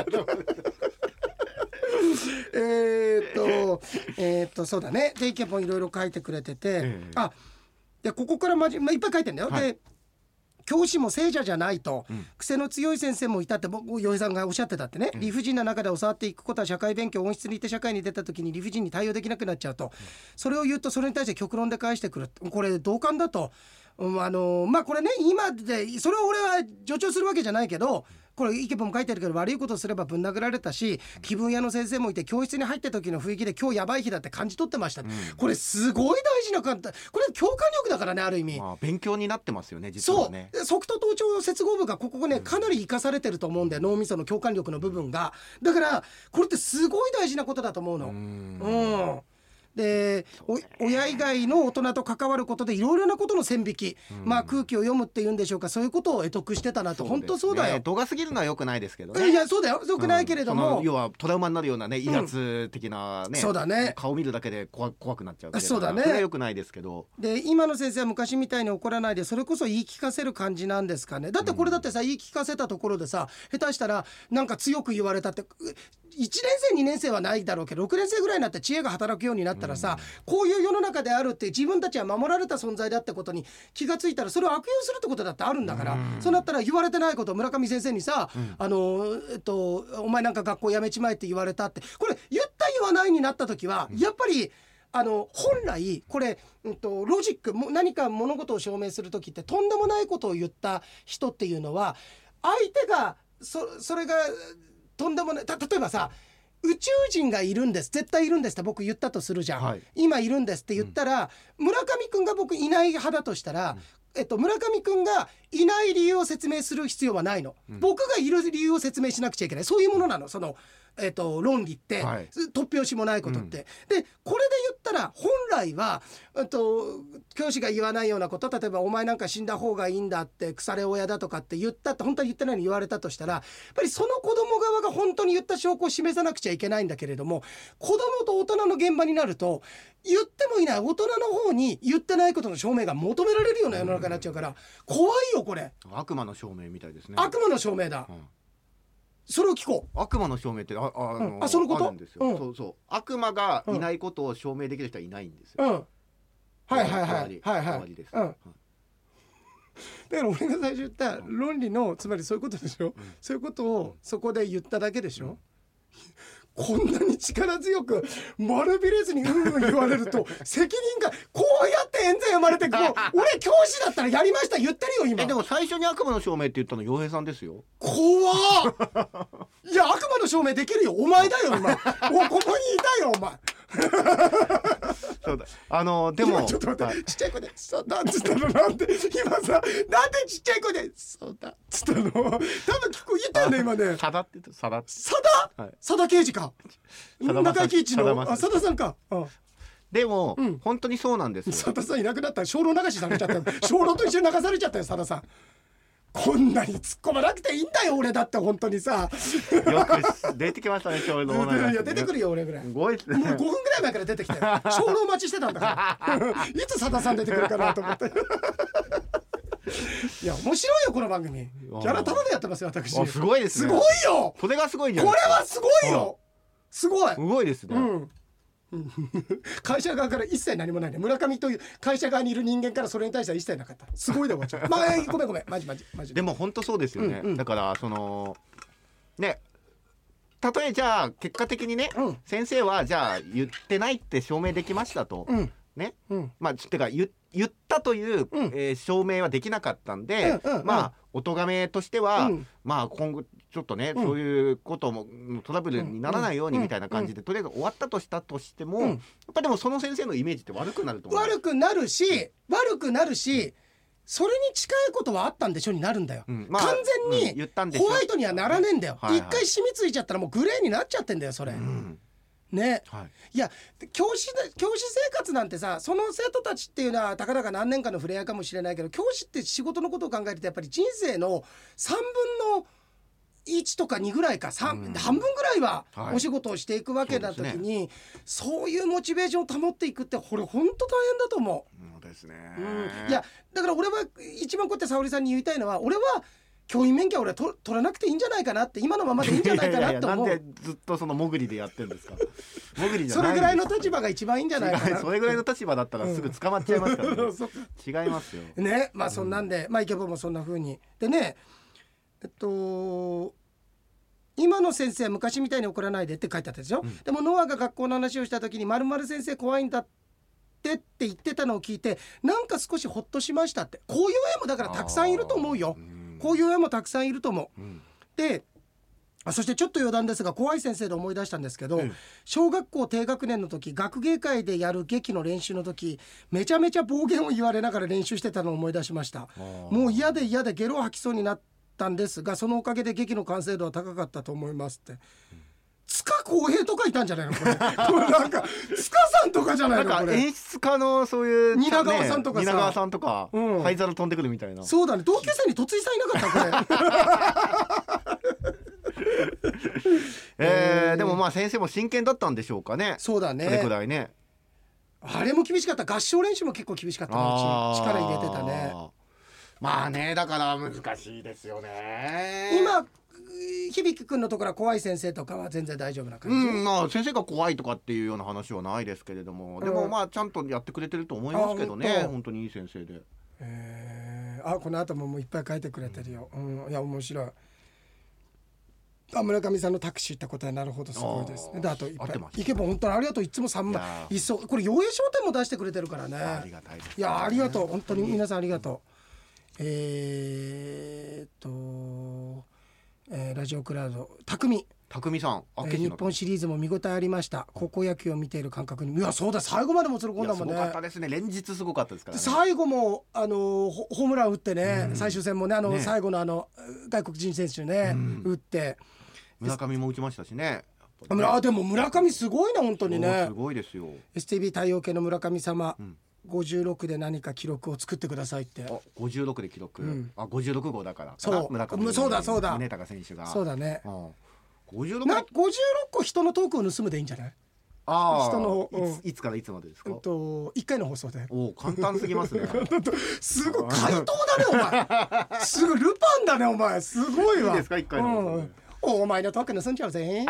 えーっとえーっとそうだねでイケポンいろいろ書いてくれてて、えー、あでここからまじ、まあ、いっぱい書いてんだよ、はい、で教師も聖者じゃないと、うん、癖の強い先生もいたって僕洋平さんがおっしゃってたってね、うん、理不尽な中で教わっていくことは社会勉強、温室にいて社会に出た時に理不尽に対応できなくなっちゃうと、うん、それを言うとそれに対して極論で返してくる、これ同感だと、うん、あのまあこれね今でそれを俺は助長するわけじゃないけど、これイケポンも書いてるけど悪いことをすればぶん殴られたし、気分屋の先生もいて教室に入った時の雰囲気で今日やばい日だって感じ取ってました、うん、これすごい大事なかったこれ共感力だからねある意味、まあ、 勉強になってますよね実はね。 そう側頭頭頂接合部がここねかなり生かされてると思うんだよ、脳みその共感力の部分が。だからこれってすごい大事なことだと思うの。うんうんで親以外の大人と関わることでいろいろなことの線引き、うん、まあ空気を読むっていうんでしょうか、そういうことを得得してたなと。本当そうだよ。 度が過ぎるのは良くないですけどね。 いやそうだよ良くないけれども、 うん、要はトラウマになるようなね威圧的なね、うん、 そうだね、 顔見るだけで 怖, 怖くなっちゃう。 そうだね、 それは良くないですけど。 で今の先生は昔みたいに怒らないでそれこそ言い聞かせる感じなんですかね。だってこれだってさ、うん、言い聞かせたところでさ下手したらなんか強く言われたっていちねん生にねん生はないだろうけどろくねん生ぐらいになって知恵が働くようになったらさ、うん、こういう世の中であるって自分たちは守られた存在だってことに気がついたらそれを悪用するってことだってあるんだから、うん、そうなったら言われてないことを村上先生にさ、うん、あのえっとお前なんか学校辞めちまえって言われたってこれ言った言わないになった時は、うん、やっぱりあの本来これ、うんと、ロジック何か物事を証明する時ってとんでもないことを言った人っていうのは相手が そ, それがとんでもないた例えばさ宇宙人がいるんです絶対いるんですって僕言ったとするじゃん、はい、今いるんですって言ったら、うん、村上くんが僕いない派だとしたら、うんえっと、村上くんがいない理由を説明する必要はないの、うん、僕がいる理由を説明しなくちゃいけないそういうものなのその、えっと、論理って、はい、突拍子もないことって、うん、でこれで言ったったら本来はと教師が言わないようなこと、例えばお前なんか死んだ方がいいんだって腐れ親だとかって言ったって本当に言ってないのに言われたとしたら、やっぱりその子供側が本当に言った証拠を示さなくちゃいけないんだけれども、子供と大人の現場になると言ってもいない大人の方に言ってないことの証明が求められるような世の中になっちゃうから怖いよこれ。 悪魔の証明みたいですね。 悪魔の証明だ、うん、それを聞こう。 悪魔の証明ってああ、あのあそのことあるんですよ、うん、そうそう悪魔がいないことを証明できる人はいないんですよ、 うん、はいはいはいはいはい、 です、 うん、だから俺が最初言った論理のつまりそういうことでしょ、うん、そういうことをそこで言っただけでしょ、うん、こんなに力強く丸びれずにうんうん言われると責任がこうやって冤罪生まれてこう俺教師だったらやりました言ってるよ今。 えでも最初に悪魔の証明って言ったの洋平さんですよ。 怖っいや悪魔の証明できるよお前だよ今おここにいたよお前そうだあのでも今ちょっと待って、はい、ちっちゃい声でそうだっつったのなんで今さなんでちっちゃい声でそうだっつったの多分聞こえたよね今ね。 さだって言ったさださださだ刑事か中井貴一のあさださんか、うん、 でも、うん、本当にそうなんですよ。 さださんいなくなったら精霊流しされちゃった精霊と一緒に流されちゃったよさださん。こんなに突っ込まなくていいんだよ俺だって本当にさよく出てきましたね精霊の、 ね、いや出てくるよ俺ぐらい。すごいですね。もうごふんぐらい前から出てきて精霊待ちしてたんだからいつさださん出てくるかなと思っていや面白いよこの番組。キャラタダでやってますよ私。 すごいですね。 すごいよ。 それがすごいじゃん。 これはすごいよ。すごい。 すごいですね。うん会社側から一切何もないね。村上という会社側にいる人間からそれに対しては一切なかった。すごいで終わっちゃう。まあごめんごめんマジマジマジ。 でも本当そうですよね、うんうん、だからそのねたとえじゃあ結果的にね、うん、先生はじゃあ言ってないって証明できましたと、うん、ね、うん、まあてか言言ったという、うんえー、証明はできなかったんで、うんうんうん、まあお咎めとしては、うん、まあ今後ちょっとね、うん、そういうこともトラブルにならないようにみたいな感じで、うん、とりあえず終わったとしたとしても、うん、やっぱでもその先生のイメージって悪くなると思う。 悪くなるし悪くなるしそれに近いことはあったんでしょになるんだよ、うんまあ、完全にホワイトにはならねえんだよ、うん、一回染みついちゃったらもうグレーになっちゃってんだよそれ、うんね、はい、いや教師教師生活なんてさその生徒たちっていうのはたかだか何年かの触れ合いかもしれないけど教師って仕事のことを考えるとやっぱり人生のさんぶんのいちとかにぐらいかさん、うん、半分ぐらいはお仕事をしていくわけな時に、はい そうですね、そういうモチベーションを保っていくってこれ本当大変だと思う。 そうですね、 うん、いやだから俺は一番こうやって沙織さんに言いたいのは俺は教員免許は俺は取らなくていいんじゃないかなって今のままでいいんじゃないかなって思う。 いやいやいやなんでずっとその潜りでやってるんですか潜りじゃないんですか。 それぐらいの立場が一番いいんじゃないかな。 それぐらいの立場だったらすぐ捕まっちゃいますからね、うん、違いますよね。まあそんなんで、うん、まあイケボもそんな風にでねえっと今の先生は昔みたいに怒らないでって書いてあったでしょ、うん、でもノアが学校の話をした時に〇〇先生怖いんだってって言ってたのを聞いてなんか少しホッとしましたって。こういう親もだからたくさんいると思うよ。こういう親もたくさんいると思う、うん、であそしてちょっと余談ですが怖い先生で思い出したんですけど、うん、小学校低学年の時学芸会でやる劇の練習の時めちゃめちゃ暴言を言われながら練習してたのを思い出しました。もう嫌で嫌でゲロを吐きそうになったんですがそのおかげで劇の完成度は高かったと思いますって、うん塚公平とかいたんじゃないのこれこれなんか塚さんとかじゃないのなんか演出家のそういう蜷川さんとかさ、 蜷川さんとか、うん、灰皿飛んでくるみたいな。 そうだね同級生に突井さんいなかったこれえー、でもまあ先生も真剣だったんでしょうかね。 そうだねそれくらいね。 あれも厳しかった。合唱練習も結構厳しかったのうち力入れてたね。 まあねだから難しいですよね。 今響くんのところは怖い先生とかは全然大丈夫な感じ、 うんまあ、先生が怖いとかっていうような話はないですけれども、うん、でもまあちゃんとやってくれてると思いますけどね。本当にいい先生で、 えー、あこの後ももういっぱい書いてくれてるよ、うんうん、いや面白い。あ村上さんのタクシーって答えなるほどすごいですね。であといっぱいいけば本当にありがとう。いつもさんまいいっそこれ陽栄商店も出してくれてるからね。 ありがたいですね。 いやありがとう本当に皆さんありがとう。えー、っとえー、ラジオクラウド匠匠さん、 えー、日本シリーズも見応えありました。高校野球を見ている感覚にいやそうだ最後までもつれ込んだもんね。 すごかったですね。連日すごかったですからね。 最後もあのホームラン打ってね、うん、最終戦もねあの最後のあの外国人選手ね、うん、打って村上も打ちましたしね。 ぱり、ね、 あでも村上すごいな本当にね。 すごいですよ。 エスティービー 太陽系の村上様、 うん、 ごじゅうろくで何か記録を作ってくださいって。 あごじゅうろくで記録、うん、あごじゅうろく号だからそう村上そうだそうだ宗隆選手がそうだね、 うん、ごじゅうろくなごじゅうろっこ人のトークを盗むでいいんじゃない？ あ人の、 うん、い, ついつからいつまでですか？ うんといっかいの放送で。 お簡単すぎますねすごい怪盗だねお前すごいルパンだねお前すごいわ。 いいですかいっかいの放送で、うん、 お前のトーク盗んじゃうぜ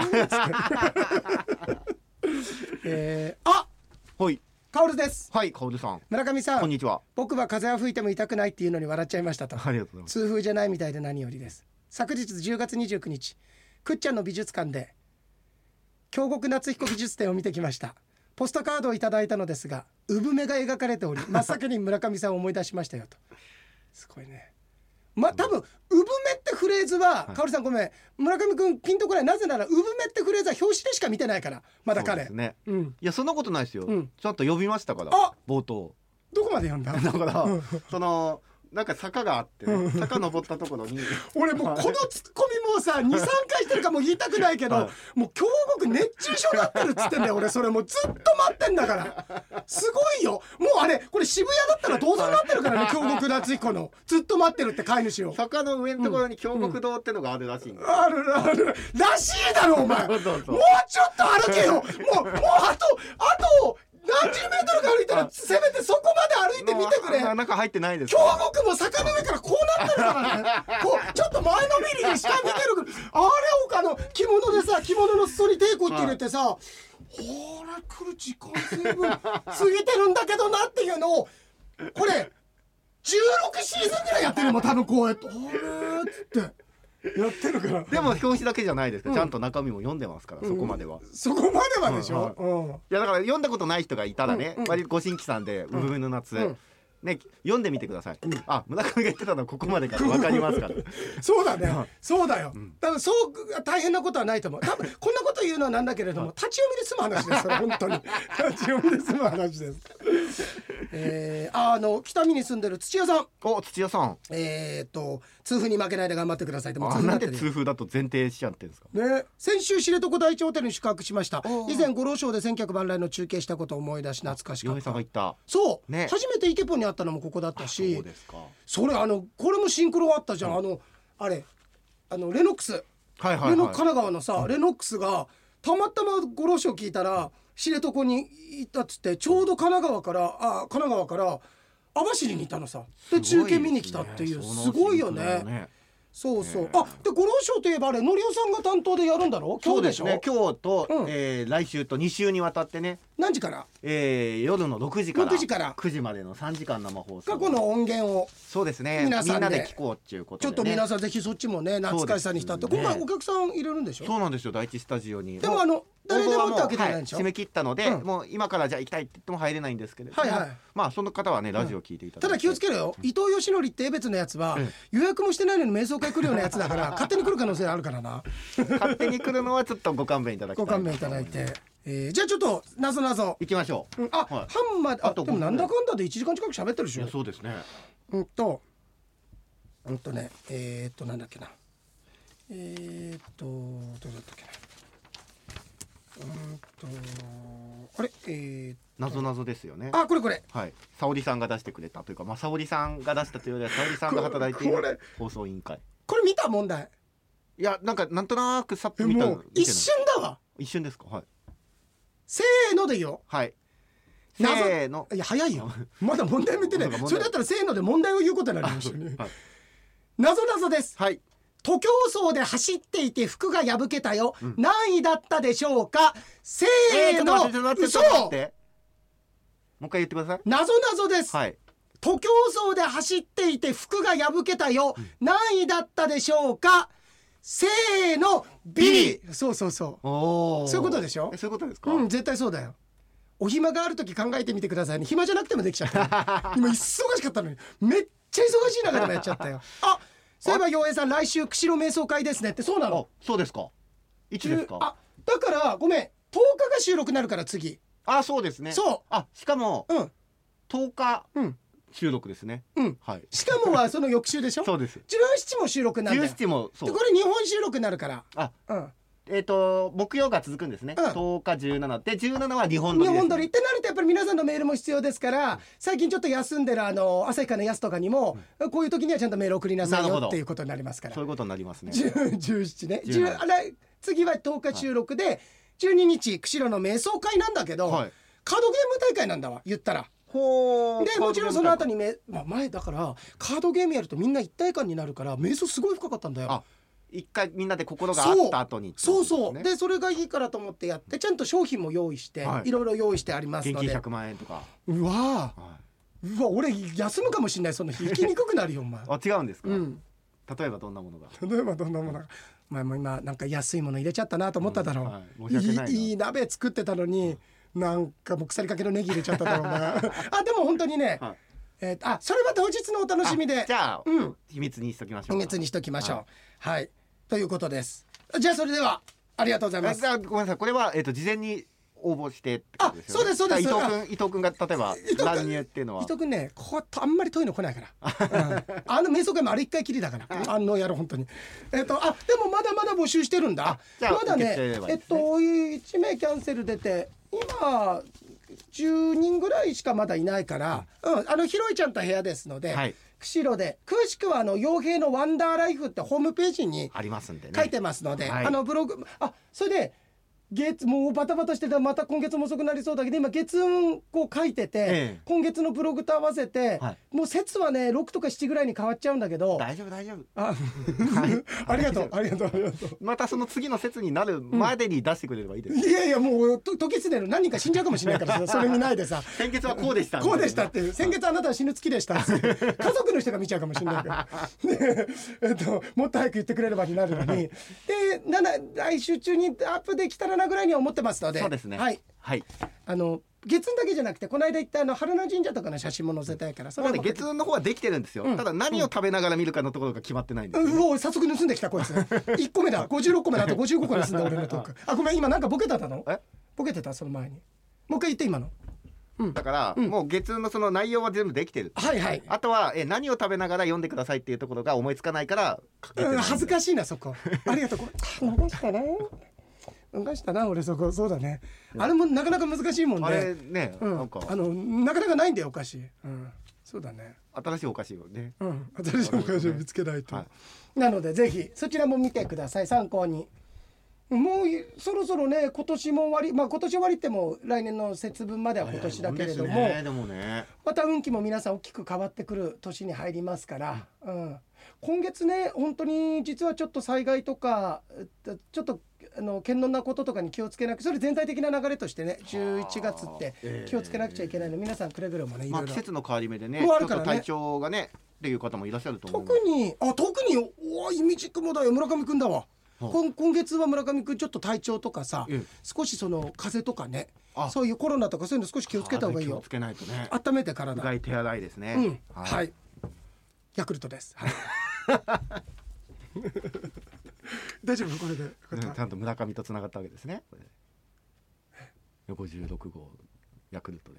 えー、あはいカオルです。 はい、カオルさん。 村上さん、 こんにちは。 僕は風は吹いても痛くないっていうのに笑っちゃいましたと。 ありがとうございます。 痛風じゃないみたいで何よりです。昨日じゅうがつにじゅうくにち、くっちゃんの美術館で京極夏彦美術展を見てきました。ポストカードをいただいたのですが、産めが描かれており、真っ先に村上さんを思い出しましたよと。すごいね。ま多分産めってフレーズは、はい、カオルさんごめん、村上くんピンとこない。なぜなら産めってフレーズは表紙でしか見てないからまだ彼。 そうですね、 うん、 いやそんなことないですよ、うん、ちゃんと呼びましたからあ冒頭。 どこまで読んだ？ だからそのなんか坂があって、ね、坂登ったところに俺もうこのツッコミもさ にさんかいしてるかも言いたくないけど、はい、もう京極熱中症になってるっつってんだよ俺。それもうずっと待ってんだからすごいよ。もうあれこれ渋谷だったらどうぞなってるからね京極夏彦のずっと待ってるって飼い主を。 坂の上のところに京極堂ってのがあるらしいんです、 うんうん、あるあるらしいだろお前もうちょっと歩けよもうもうあとあと何十メートルか歩いたらせめてそこまで歩いてみてくれ。 中入ってないです。 京極も坂の上からこうなってるからねこうちょっと前のめりに下見てるあれ他の着物でさ着物の裾にテープ入れてさ、はい、ほら来る時間随分過ぎてるんだけどなっていうのをこれじゅうろくシーズンぐらいやってるもん多分こうやってあれっつってやってるから。 でも表紙だけじゃないですか、うん、ちゃんと中身も読んでますから、うん、そこまではそこまではでしょ、 うんうん、いやだから読んだことない人がいたらね、うんうん、割とご新規さんで産めの夏、うんね、読んでみてください、うん、あ村上が言ってたのはここまでか分かりますからそうだねそうだよ、うん、多分そう大変なことはないと思う。多分こんなこと言うのはなんだけれども立ち読みで済む話ですそれ本当に立ち読みで済む話ですえー、あ, あの北見に住んでる土屋さん。 お土屋さんえー、っと痛風に負けないで頑張ってくださいって。もうあなんで痛風だと前提しちゃってるんですかね。先週知床第一ホテルに宿泊しました。以前五郎賞で千客万来の中継したことを思い出し懐かしかった。 嫁さんが言ったそう、 ね、 初めてイケポンに会ったのもここだったし。 そうですか。 それあのこれもシンクロあったじゃん、うん、あのあれあのレノックス、はいはいはい、 レノ神奈川のさ、うん、レノックスがたまたま五郎賞聞いたら知床に行ったっつってちょうど神奈川からあ神奈川から網走にいたのさ。で中継見に来たっていうすごいよね。そうそう。あで五郎賞といえばあれのりおさんが担当でやるんだろ今日でしょ。 そうですね今日と、うんえー、来週とに週にわたってね。 何時から、 えー、夜のろくじからろくじからくじまでのさんじかん生放送。 過去の音源をそうですね皆さんでみんなで聞こうっていうことで、ね、 ちょっと皆さんぜひそっちもね懐かしさにしたって、ね、今回お客さん入れるんでしょ。 そうなんですよ第一スタジオに。 でもあの誰でもってわけじゃないんでしょ、 はい、締め切ったので、 うん、 もう今からじゃあ行きたいって言っても入れないんですけれども、 はいはい、 まあその方はねラジオ聞いていただいて、うん、 ただ気をつけろよ、うん、伊藤義則って江別のやつは、うん、予約もしてないのに瞑想会来るようなやつだから勝手に来る可能性あるからな勝手に来るのはちょっとご勘弁いただきたい。 ご勘弁いただいて、えー、じゃあちょっとなぞなぞ行きましょう、 うん、あ、はい、ハンマーあでもなんだかんだでいちじかん近く喋ってるでしょ。 いやそうですね。 うんとうんとねえー、っとなんだっけなえー、っとどうだったっけなうんとあれえー、 なぞなぞですよね。 あこれこれはい沙織さんが出してくれたというかまあ沙織さんが出したというよりは沙織さんが働いている放送委員会。 これ見た問題。 いやなんかなんとなくさっと見たの。 一瞬だわ。 一瞬ですか。はいせーのでいいよ。 はいせーの。 いや早いよまだ問題見てないそれだったらせーので問題を言うことになりましたね、はい、なぞなぞです。 はい徒競走で走っていて服が破けたよ、うん、何位だったでしょうか。せーの、 えー、嘘。もう一回言ってください。 なぞなぞです、はい、徒競走で走っていて服が破けたよ、うん、何位だったでしょうか。せーのビリ。そうそうそうおそういうことでしょ。 えそういうことですか。 うん絶対そうだよ。お暇があるとき考えてみてくださいね。暇じゃなくてもできちゃった今忙しかったのにめっちゃ忙しい中でもやっちゃったよあそういえば陽平さん来週釧路瞑想会ですねって。そうなの。 そうですか。いつですか。 あだからごめんとおかが収録になるから次。 あそうですね。 そうあしかも、 うん、 とおか収録ですね、 うんはい、 しかもはその翌週でしょそうです。 じゅうしちも収録なんだよ。 じゅうしちもそうでこれ日本収録になるからあ、 うんえー、と木曜が続くんですね、 うん、 とおかじゅうしちでじゅうしちは日本撮りです、ね、 日本撮りってなるとやっぱり皆さんのメールも必要ですから、最近ちょっと休んでるあの旭川のやすとかにも、うん、こういう時にはちゃんとメール送りなさいよっていうことになりますから。 そういうことになりますね。 じゅう、じゅうななね、じゅう次はとおか収録で、はい、じゅうににち釧路の瞑想会なんだけど、はい、カードゲーム大会なんだわ言ったら。 ほでもちろんその後にめ、まあ、前だからカードゲームやるとみんな一体感になるから瞑想すごい深かったんだよ。 あ、一回みんなで心があった後に、 そうそうそうでそれがいいからと思ってやってちゃんと商品も用意して、はい、いろいろ用意してありますので、 現金ひゃくまんえんとか。 うわ、はい、うわ俺休むかもしれない。その日行きにくくなるよお前あ違うんですか、うん、例えばどんなものが例えばどんなものがお前も今なんか安いもの入れちゃったなと思っただろう、うんはい、い, い, いい鍋作ってたのに、うん、なんかもう腐りかけのネギ入れちゃっただろうなあでも本当にね、はいえー、あそれは当日のお楽しみでじゃあ、 うん、 秘密にしときましょう。 秘密にしときましょう。はい、はいということです。じゃあそれではありがとうございます。 あごめんなさいこれは、えー、と事前に応募してってことですよね。 あそうですそうです。 伊藤君伊藤君が例えば乱入っていうのは伊藤君ねこうあんまり遠いの来ないから、うん、あの瞑想会もあれ一回きりだからあのやる本当にえっ、ー、とあでもまだまだ募集してるんだ。まだねえっといち名キャンセル出て今じゅうにんぐらいしかまだいないから、うんうん、あのひろいちゃんと部屋ですので、はい、釧路で詳しくはあの傭兵のワンダーライフってホームページにありますんでね書いてますので、はい、あのブログあそれで月もうバタバタしてたまた今月も遅くなりそうだけど今月運こう書いてて、ええ、今月のブログと合わせて、はい、もう節はねろくとかしちぐらいに変わっちゃうんだけど大丈夫大丈夫あ, ありがとうありがとうありがとうまたその次の節になるまでに出してくれればいいです、うん、 いやいやもうと時すでの何人か死んじゃうかもしれないからそれ見ないでさ先月はこうでしたこうでしたっていう先月あなたは死ぬ月でした家族の人が見ちゃうかもしれないからえっともっと早く言ってくれればになるのにでなな来週中にアップできたらなぐらいには思ってますのでそうですねはい、 はい、 あの月運だけじゃなくてこの間行ったあの春名神社とかの写真も載せたいからそれは、ね、月運の方はできてるんですよ、うん、ただ何を食べながら見るかのところが決まってないんです、ね、 うん、もう早速盗んできたこいついっこめだごじゅうろっこめだとごじゅうごこ盗んだ俺のトークあごめん今なんかボケたのえボケてたその前にもう一回言って今の、 うん、だから、うん、もう月運のその内容は全部できてる、 はいはい、 あとはえ何を食べながら読んでくださいっていうところが思いつかないからかけてない、うん、恥ずかしいなそこありがとうこれ流したな流したな俺そこそうだねあれもなかなか難しいもんねあれね、 うん、 なんかあのなかなかないんだよお菓子、うん、そうだね新しいお菓子をね、 うん、新しいお菓子を見つけないと、はい、なのでぜひそちらも見てください参考に。もうそろそろね今年も終わりまあ今年終わりっても来年の節分までは今年だけれども、 ねでもね、 また運気も皆さん大きく変わってくる年に入りますから、うん、今月ね本当に実はちょっと災害とかちょっとあの堅牢なこととかに気をつけなくそれ全体的な流れとしてねじゅういちがつって気をつけなくちゃいけないの、えー、皆さんくれぐれもねいろいろ、まあ、 季節の変わり目でねちょっと体調がねっていう方もいらっしゃると思う。 特にあ特においみちくもだよ村上くんだわ。今, 今月は村上くんちょっと体調とかさ、うん、少しその風邪とかねそういうコロナとかそういうの少し気をつけた方がいいよ。 気をつけないとね。 温めて体うがい手洗いですね、 うんはい、はい、ヤクルトです、はい、大丈夫これで、 うん、ちゃんと村上とつながったわけですねこれでごじゅうろくごうヤクルト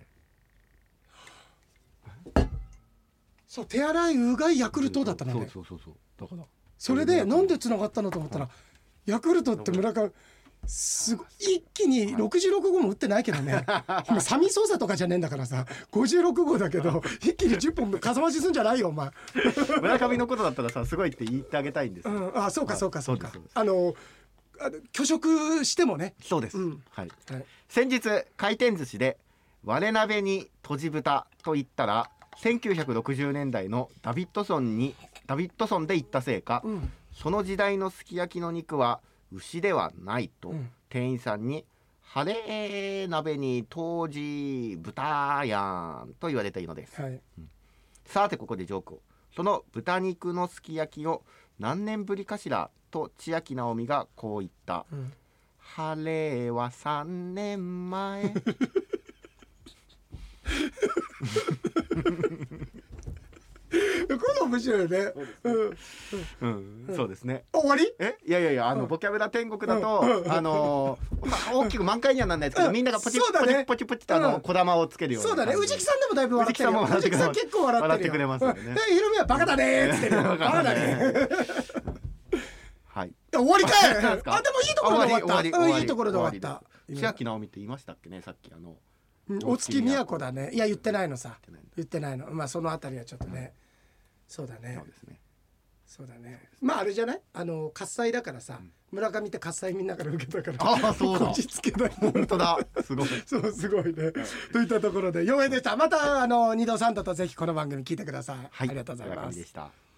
でそう手洗いうがいヤクルトだったのね。 そうそうそうそうだからそれでなんでつながったのと思ったらヤクルトって村上すご一気にろくじゅうろくごうも打ってないけどね今サミ操作とかじゃねえんだからさごじゅうろくごうだけど一気にじゅっぽんかさ増しすんじゃないよお前村上のことだったらさすごいって言ってあげたいんです、うん、 あそうかそうかそうかあのあの拒食してもねそうです、うんはいはい、先日回転寿司で割れ鍋にとじ豚と言ったらせんきゅうひゃくろくじゅうねんだいのダビッドソンにダビッドソンで言ったせいか、うん、その時代のすき焼きの肉は牛ではないと、うん、店員さんに晴れ鍋に当時豚やんと言われているのです、はいうん、さてここでジョークをその豚肉のすき焼きを何年ぶりかしらと千秋直美がこう言った、うん、晴れはさんねんまえこれ面白いよね。 うん、うん、そうですね。 終わり？ え、いやいやいや、あの、うん、ボキャブラ天国だと、うん、あのー、大きく満開にはならないですけど、うん、みんながポチポチポチポチってあの小玉をつけるような。 そうだね。宇治木さんでもだいぶ笑ってるよ。宇治木さん結構笑ってるよ。 笑ってくれますよね。 で、ひろみはバカだねーって言ってる。バカだね。 はい。 や終わりかいなんすかあでもいいところで終わった終わり終わりうんいいところで終わった千秋直美って言いましたっけね、さっきあのうんお月都だね。いや言ってないのさ言ってないんだ言ってないの。まあそのあたりはちょっとね、そうだねそうですね。 そうだね。まああれじゃない、あの喝采だからさ、村上って喝采みんなから受けたからああそうだこじつけだ本当だすごいそうすごいねといったところでよんえんでした。またあのにどさんどとぜひこの番組聞いてください、 はい、 ありがとうございます村上でした。